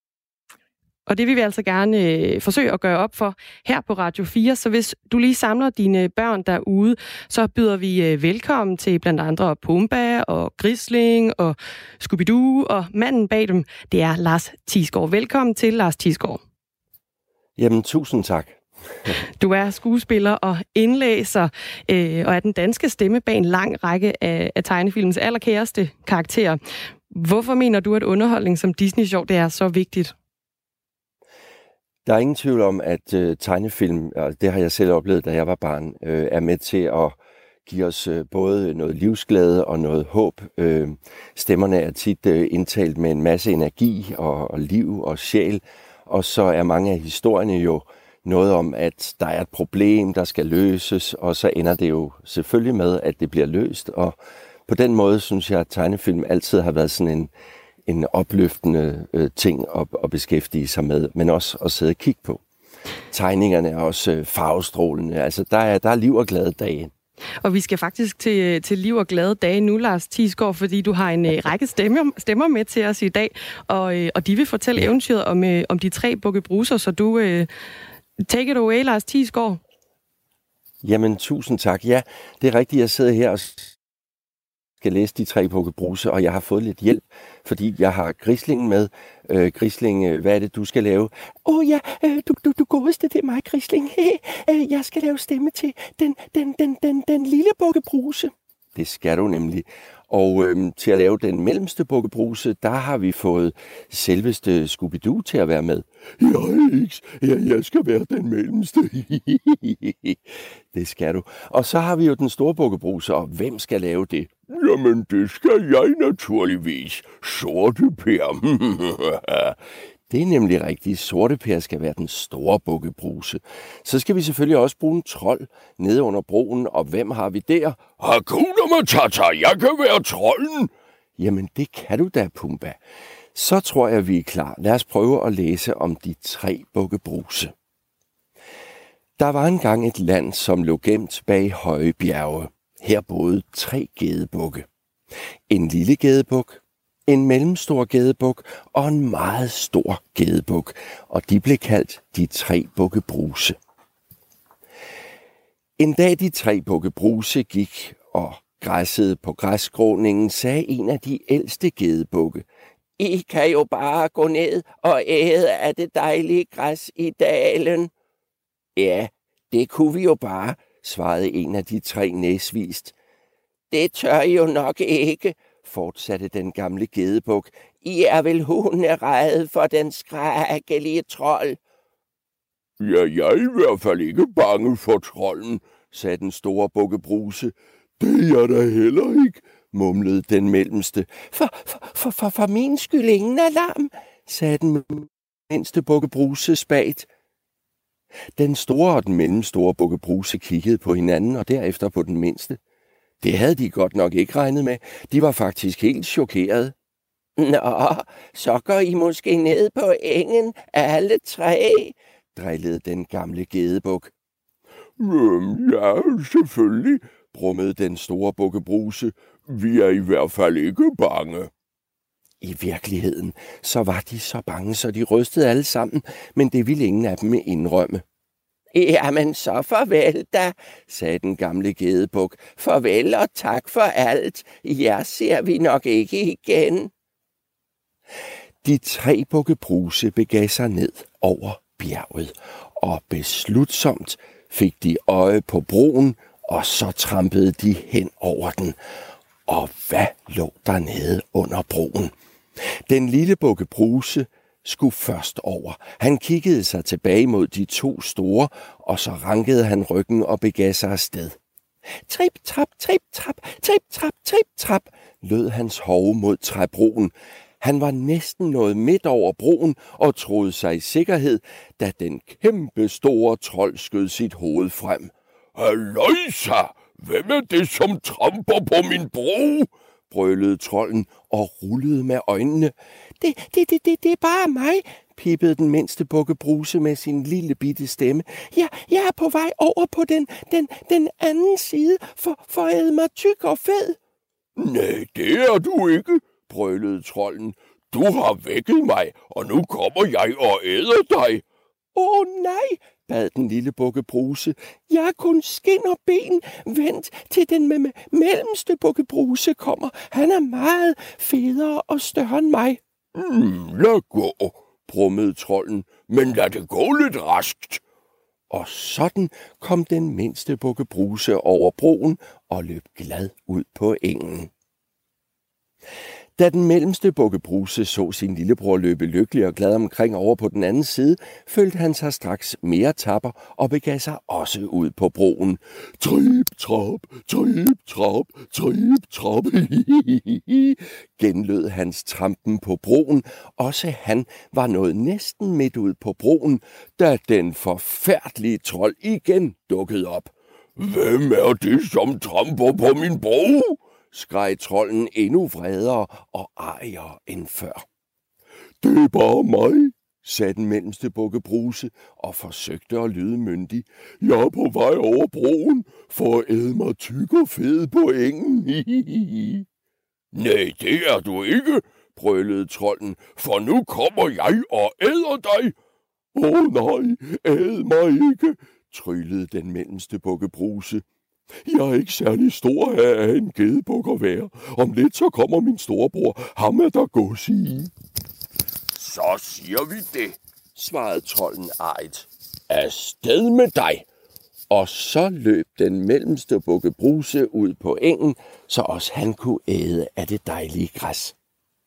Og det vil vi altså gerne forsøge at gøre op for her på Radio 4. Så hvis du lige samler dine børn derude, så byder vi velkommen til blandt andre Pumba og Grisling og Scooby-Doo, og manden bag dem, det er Lars Thiesgaard. Velkommen til, Lars Thiesgaard. Jamen, tusind tak. Du er skuespiller og indlæser, og er den danske stemme bag en lang række af tegnefilmens allerkæreste karakterer. Hvorfor mener du, at underholdning som Disney Sjov, det er så vigtigt? Der er ingen tvivl om, at tegnefilm, og det har jeg selv oplevet, da jeg var barn, er med til at give os både noget livsglæde og noget håb. Stemmerne er tit indtalt med en masse energi og liv og sjæl, og så er mange af historierne jo noget om, at der er et problem, der skal løses, og så ender det jo selvfølgelig med, at det bliver løst. Og på den måde synes jeg, at tegnefilm altid har været sådan en opløftende ting at beskæftige sig med, men også at sidde og kigge på. Tegningerne er også farvestrålende. Altså, der er liv og glade dage. Og vi skal faktisk til liv og glade dage nu, Lars Thiesgaard, fordi du har en række stemmer med til os i dag, og de vil fortælle eventyret om de 3 bukkebruser, så du take it away, Lars Thiesgaard. Jamen, tusind tak. Ja, det er rigtigt, jeg sidder her og skal læse de 3 bukkebruser, og jeg har fået lidt hjælp, fordi jeg har Grislingen med. Grisling, hvad er det, du skal lave? Ja, du godeste, det er mig, Grisling. Jeg skal lave stemme til den lille bukkebruse. Det skal du nemlig. Og til at lave den mellemste bukkebruse, der har vi fået selveste Scooby-Doo til at være med. Jeg skal være den mellemste. Det skal du. Og så har vi jo den store bukkebruse, og hvem skal lave det? Jamen, det skal jeg naturligvis. Sorte Per. Det er nemlig rigtigt. Sorte Per skal være den store bukkebruse. Så skal vi selvfølgelig også bruge en trold nede under broen, og hvem har vi der? Hakuna Matata, jeg kan være trolden. Jamen, det kan du da, Pumba. Så tror jeg, vi er klar. Lad os prøve at læse om de 3 bukkebruse. Der var engang et land, som lå gemt bag høje bjerge. Her boede 3 gedebukke. En lille gedebuk, en mellemstor gedebuk og en meget stor gedebuk, og de blev kaldt de 3 bukkebruse. En dag de 3 bukkebruse gik og græssede på græsskråningen, sagde en af de ældste gedebukke: I kan jo bare gå ned og æde af det dejlige græs i dalen. Ja, det kunne vi jo bare, svarede en af de 3 næsvist. Det tør I jo nok ikke, fortsatte den gamle gedebuk. I er vel hunderæde for den skrækkelige trold. Ja, jeg er i hvert fald ikke bange for trolden, sagde den store bukkebruse. Det er jeg da heller ikke, mumlede den mellemste. For min skyld ingen alarm, sagde den mindste bukkebruse spagt. Den store og den mellemstore bukkebruse kiggede på hinanden og derefter på den mindste. Det havde de godt nok ikke regnet med. De var faktisk helt chokerede. Nå, så går I måske ned på engen alle 3, drillede den gamle gedebuk. Ja, selvfølgelig, brummede den store bukkebruse. Vi er i hvert fald ikke bange. I virkeligheden, så var de så bange, så de rystede alle sammen, men det ville ingen af dem indrømme. Jamen så farvel da, sagde den gamle gedebuk. Farvel og tak for alt. Jer ser vi nok ikke igen. De 3 bukkebruse begav sig ned over bjerget, og beslutsomt fik de øje på broen, og så trampede de hen over den. Og hvad lå der nede under broen? Den lille bukkebruse skulle først over. Han kiggede sig tilbage mod de 2 store, og så rankede han ryggen og begav sig afsted. Trip, trap, trip, trap, trip, trap, trip, trap, lød hans hove mod træbroen. Han var næsten nået midt over broen og troede sig i sikkerhed, da den kæmpe store trold skød sit hoved frem. Halløjsa! Hvem er det, som tramper på min bro? Brølede trolden og rullede med øjnene. Det er bare mig, pippede den mindste Bukke Bruse med sin lille bitte stemme. Jeg er på vej over på den anden side for at æde mig tyk og fed. Nej, det er du ikke, brølede trolden. Du har vækket mig, og nu kommer jeg og æder dig. Åh nej, bad den lille Bukke Bruse. Jeg er kun skin og ben. Vent til den mellemste Bukke Bruse kommer. Han er meget federe og større end mig. Lad gå, brummede trolden, men lad det gå lidt raskt. Og sådan kom den mindste Bukke Bruse over broen og løb glad ud på engen. Da den mellemste Bukke Bruse så sin lillebror løbe lykkelig og glad omkring over på den anden side, følte han sig straks mere tapper og begav sig også ud på broen. Trip, trop, trip, trop, trip, trop, genlød hans trampen på broen. Også han var nået næsten midt ud på broen, da den forfærdelige trold igen dukkede op. Hvem er det, som tramper på min bro? Skreg trolden endnu vredere og argere end før. Det er bare mig, sagde den mellemste Bukke Bruse og forsøgte at lyde myndig. Jeg er på vej over broen for at æde mig tyk og fed på engen. Nej, det er du ikke, brølede trolden, for nu kommer jeg og æder dig. Nej, æd mig ikke, tryllede den mellemste Bukke Bruse. Jeg er ikke særlig stor af en gedebuk at være. Om lidt så kommer min storebror. Ham er der gods i. Så siger vi det, svarede trolden argt. Afsted med dig. Og så løb den mellemste Bukke Bruse ud på engen, så også han kunne æde af det dejlige græs.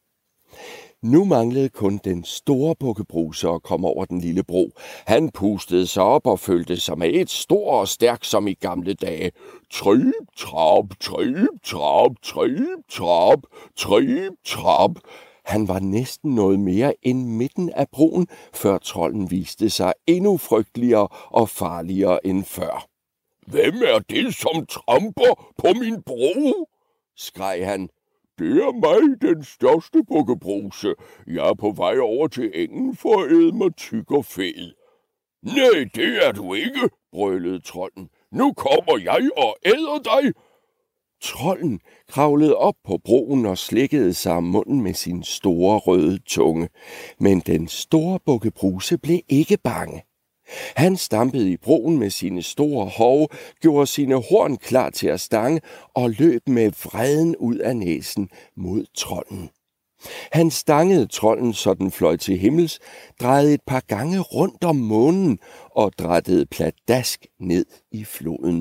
Nu manglede kun den store Bukke Bruse at komme over den lille bro. Han pustede sig op og følte sig med et stor og stærk som i gamle dage. Trip, trap, trip, trap, trip, trap, trip, trap. Han var næsten noget mere end midten af broen, før trolden viste sig endnu frygteligere og farligere end før. Hvem er det, som tramper på min bro? Skreg han. Det er mig, den største Bukke Bruse. Jeg er på vej over til engen for at æde mig tyk og fed. Nej, det er du ikke, brølede trolden. Nu kommer jeg og æder dig. Trolden kravlede op på broen og slikkede sig om munden med sin store røde tunge. Men den store Bukke Bruse blev ikke bange. Han stampede i broen med sine store hove, gjorde sine horn klar til at stange og løb med vreden ud af næsen mod trolden. Han stangede trolden, så den fløj til himmels, drejede et par gange rundt om månen og drattede pladask ned i floden.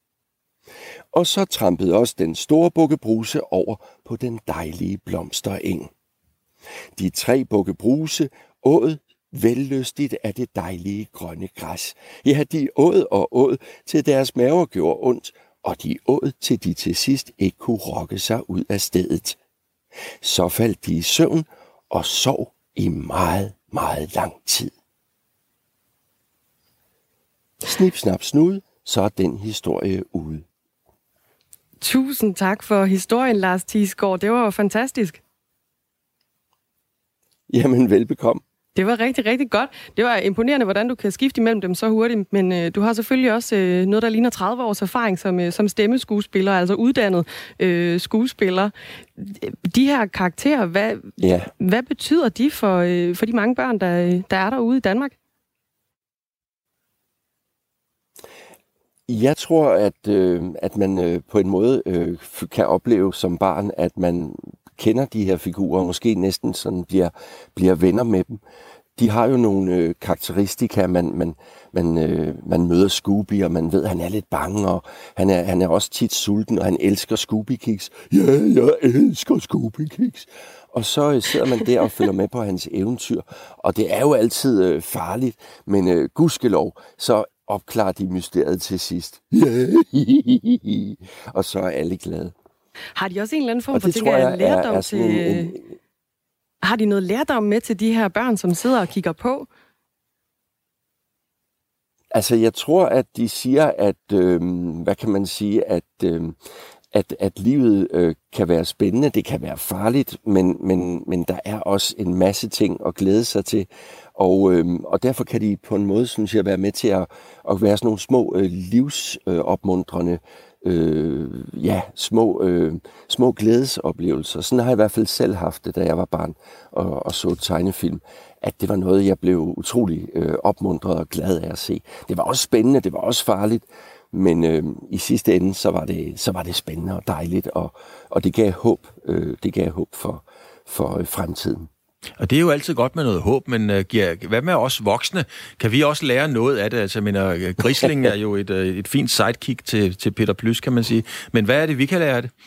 Og så trampede også den store Bukke Bruse over på den dejlige blomstereng. De 3 Bukke Bruse åd vellystigt af det dejlige grønne græs. Ja, de åd og åd, til deres maver gjorde ondt, og de åd, til de til sidst ikke kunne rokke sig ud af stedet. Så faldt de i søvn og sov i meget, meget lang tid. Snip, snap, snud, så er den historie ude. Tusind tak for historien, Lars Thiesgaard. Det var jo fantastisk. Jamen, velbekomme. Det var rigtig, rigtig godt. Det var imponerende, hvordan du kan skifte imellem dem så hurtigt, men du har selvfølgelig også noget, der ligner 30 års erfaring som stemmeskuespiller, altså uddannet skuespiller. De her karakterer, hvad betyder de for de mange børn, der er derude i Danmark? Jeg tror, at man på en måde kan opleve som barn, at man kender de her figurer, måske næsten sådan bliver venner med dem. De har jo nogle karakteristika, man møder Scooby, og man ved, at han er lidt bange, og han er også tit sulten, og han elsker Scooby-kiks. Ja, jeg elsker Scooby-kiks. Og så sidder man der og følger med på hans eventyr, og det er jo altid farligt, men gudskelov, så opklarer de mysteriet til sidst. Og så er alle glade. Har de også en eller anden form for lærdom til... Har de noget lærdom med til de her børn, som sidder og kigger på? Altså, jeg tror, at de siger, at... hvad kan man sige? At livet kan være spændende, det kan være farligt, men der er også en masse ting at glæde sig til. Og derfor kan de på en måde, synes jeg, være med til at være sådan nogle små livsopmuntrende, små glædesoplevelser. Sådan har jeg i hvert fald selv haft det, da jeg var barn og så tegnefilm, at det var noget, jeg blev utrolig opmuntret og glad af at se. Det var også spændende, det var også farligt, men i sidste ende, så var det spændende og dejligt, og det gav håb, for fremtiden. Og det er jo altid godt med noget håb, men hvad med os voksne? Kan vi også lære noget af det? Altså, jeg mener, Grisling er jo et fint sidekick til Peter Plys, kan man sige. Men hvad er det, vi kan lære af det?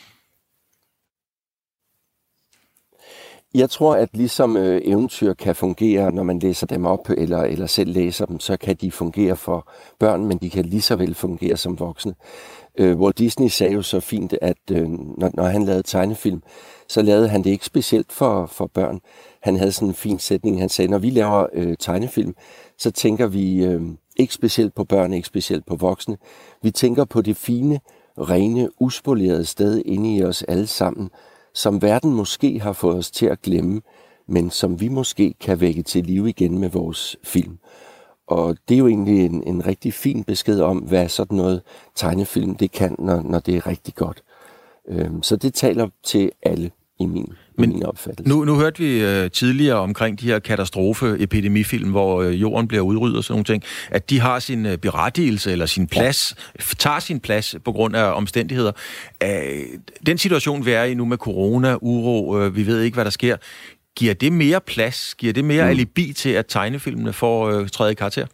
Jeg tror, at ligesom eventyr kan fungere, når man læser dem op, eller selv læser dem, så kan de fungere for børn, men de kan lige så vel fungere som voksne. Walt Disney sagde jo så fint, at når han lavede tegnefilm, så lavede han det ikke specielt for børn. Han havde sådan en fin sætning, han sagde, når vi laver tegnefilm, så tænker vi ikke specielt på børn, ikke specielt på voksne. Vi tænker på det fine, rene, uspolerede sted inde i os alle sammen, som verden måske har fået os til at glemme, men som vi måske kan vække til live igen med vores film. Og det er jo egentlig en rigtig fin besked om, hvad sådan noget tegnefilm det kan, når det er rigtig godt. Så det taler til alle i min opfattelse. Nu hørte vi tidligere omkring de her katastrofe-epidemifilm, hvor jorden bliver udryddet og sådan nogle ting, at de har sin berettigelse eller sin plads, tager sin plads på grund af omstændigheder. Den situation, vi er i nu med corona, uro, vi ved ikke, hvad der sker, giver det mere plads, giver det mere alibi til, at tegnefilmene får tredje karakter?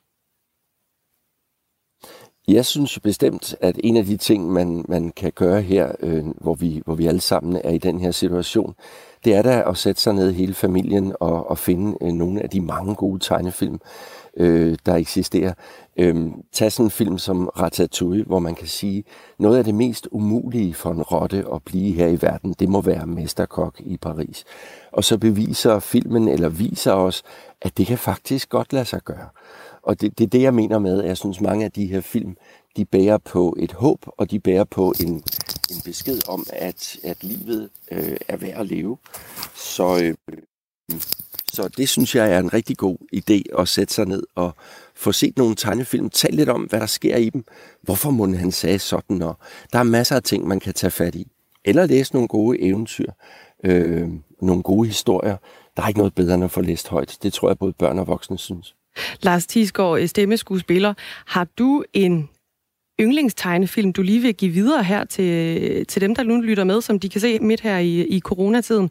Jeg synes bestemt, at en af de ting, man kan gøre her, hvor vi alle sammen er i den her situation, det er da at sætte sig ned hele familien og finde nogle af de mange gode tegnefilm, der eksisterer. Tag sådan en film som Ratatouille, hvor man kan sige, noget af det mest umulige for en rotte at blive her i verden, det må være mesterkok i Paris. Og så beviser filmen, eller viser os, at det kan faktisk godt lade sig gøre. Og det er det, jeg mener med, at jeg synes, mange af de her film, de bærer på et håb, og de bærer på en besked om, at livet er værd at leve. Så det synes jeg er en rigtig god idé at sætte sig ned og få set nogle tegnefilm. Tale lidt om, hvad der sker i dem. Hvorfor må han sige sådan? Og der er masser af ting, man kan tage fat i. Eller læse nogle gode eventyr. Nogle gode historier. Der er ikke noget bedre end at få læst højt. Det tror jeg både børn og voksne synes. Lars Thiesgaard, stemmeskuespiller. Har du en yndlingstegnefilm, du lige vil give videre her til dem, der nu lytter med, som de kan se midt her i coronatiden?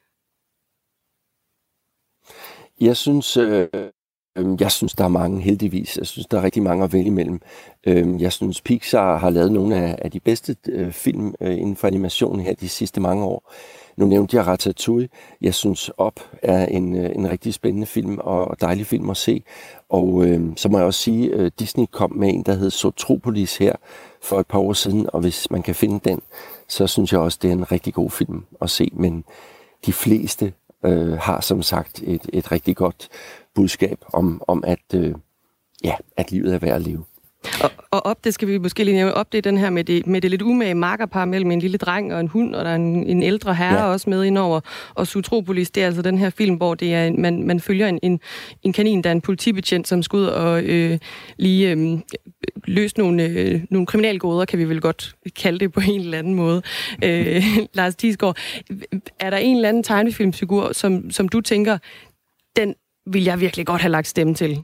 Jeg synes, der er mange, heldigvis. Jeg synes, der er rigtig mange at vælge imellem. Jeg synes, Pixar har lavet nogle af de bedste film inden for animation her de sidste mange år. Nu nævnte jeg Ratatouille. Jeg synes, Up er en rigtig spændende film og dejlig film at se. Og så må jeg også sige, Disney kom med en, der hed Zootropolis her for et par år siden. Og hvis man kan finde den, så synes jeg også, det er en rigtig god film at se. Men de fleste har som sagt et rigtig godt budskab om at livet er værd at leve. Og Op, det skal vi måske lige nævne, Op, det er den her med det lidt umage makkerpar mellem en lille dreng og en hund, og der er en ældre herre også med indover. Og Zootropolis, det er altså den her film, hvor det er, man følger en kanin, der er en politibetjent, som skal ud og løse nogle kriminalgåder, kan vi vel godt kalde det på en eller anden måde. Lars Thiesgaard, er der en eller anden tegnefilmsfigur, som du tænker, den vil jeg virkelig godt have lagt stemme til?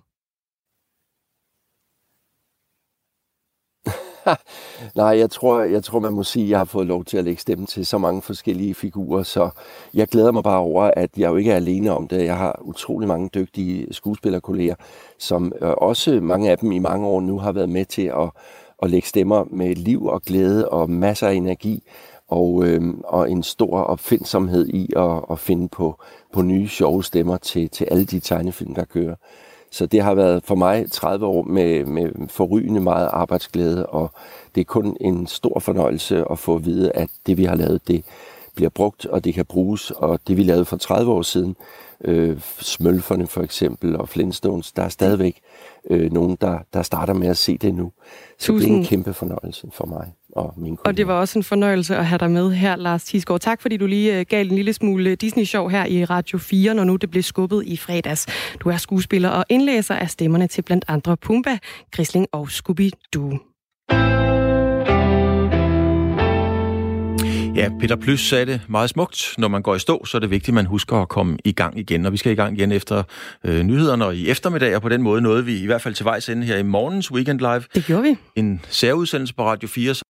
Nej, jeg tror, man må sige, at jeg har fået lov til at lægge stemme til så mange forskellige figurer, så jeg glæder mig bare over, at jeg jo ikke er alene om det. Jeg har utrolig mange dygtige skuespillerkolleger, som også mange af dem i mange år nu har været med til at lægge stemmer med liv og glæde og masser af energi og en stor opfindsomhed i at finde på nye sjove stemmer til alle de tegnefilm, der kører. Så det har været for mig 30 år med forrygende meget arbejdsglæde, og det er kun en stor fornøjelse at få at vide, at det vi har lavet, det bliver brugt, og det kan bruges. Og det vi lavede for 30 år siden, Smølferne for eksempel, og Flintstones, der er stadigvæk nogen, der starter med at se det nu. Så det er en kæmpe fornøjelse for mig. og mine kolleger. Og det var også en fornøjelse at have dig med her, Lars Thiesgaard. Tak, fordi du lige gav en lille smule Disney-show her i Radio 4, når nu det blev skubbet i fredags. Du er skuespiller og indlæser af stemmerne til blandt andre Pumba, Grisling og Scooby-Doo. Ja, Peter Plys sagde det meget smukt. Når man går i stå, så er det vigtigt, at man husker at komme i gang igen. Og vi skal i gang igen efter nyhederne og i eftermiddag, og på den måde nåede vi i hvert fald til vejs ende her i morgens Weekend Live. Det gjorde vi. En særudsendelse på Radio 4.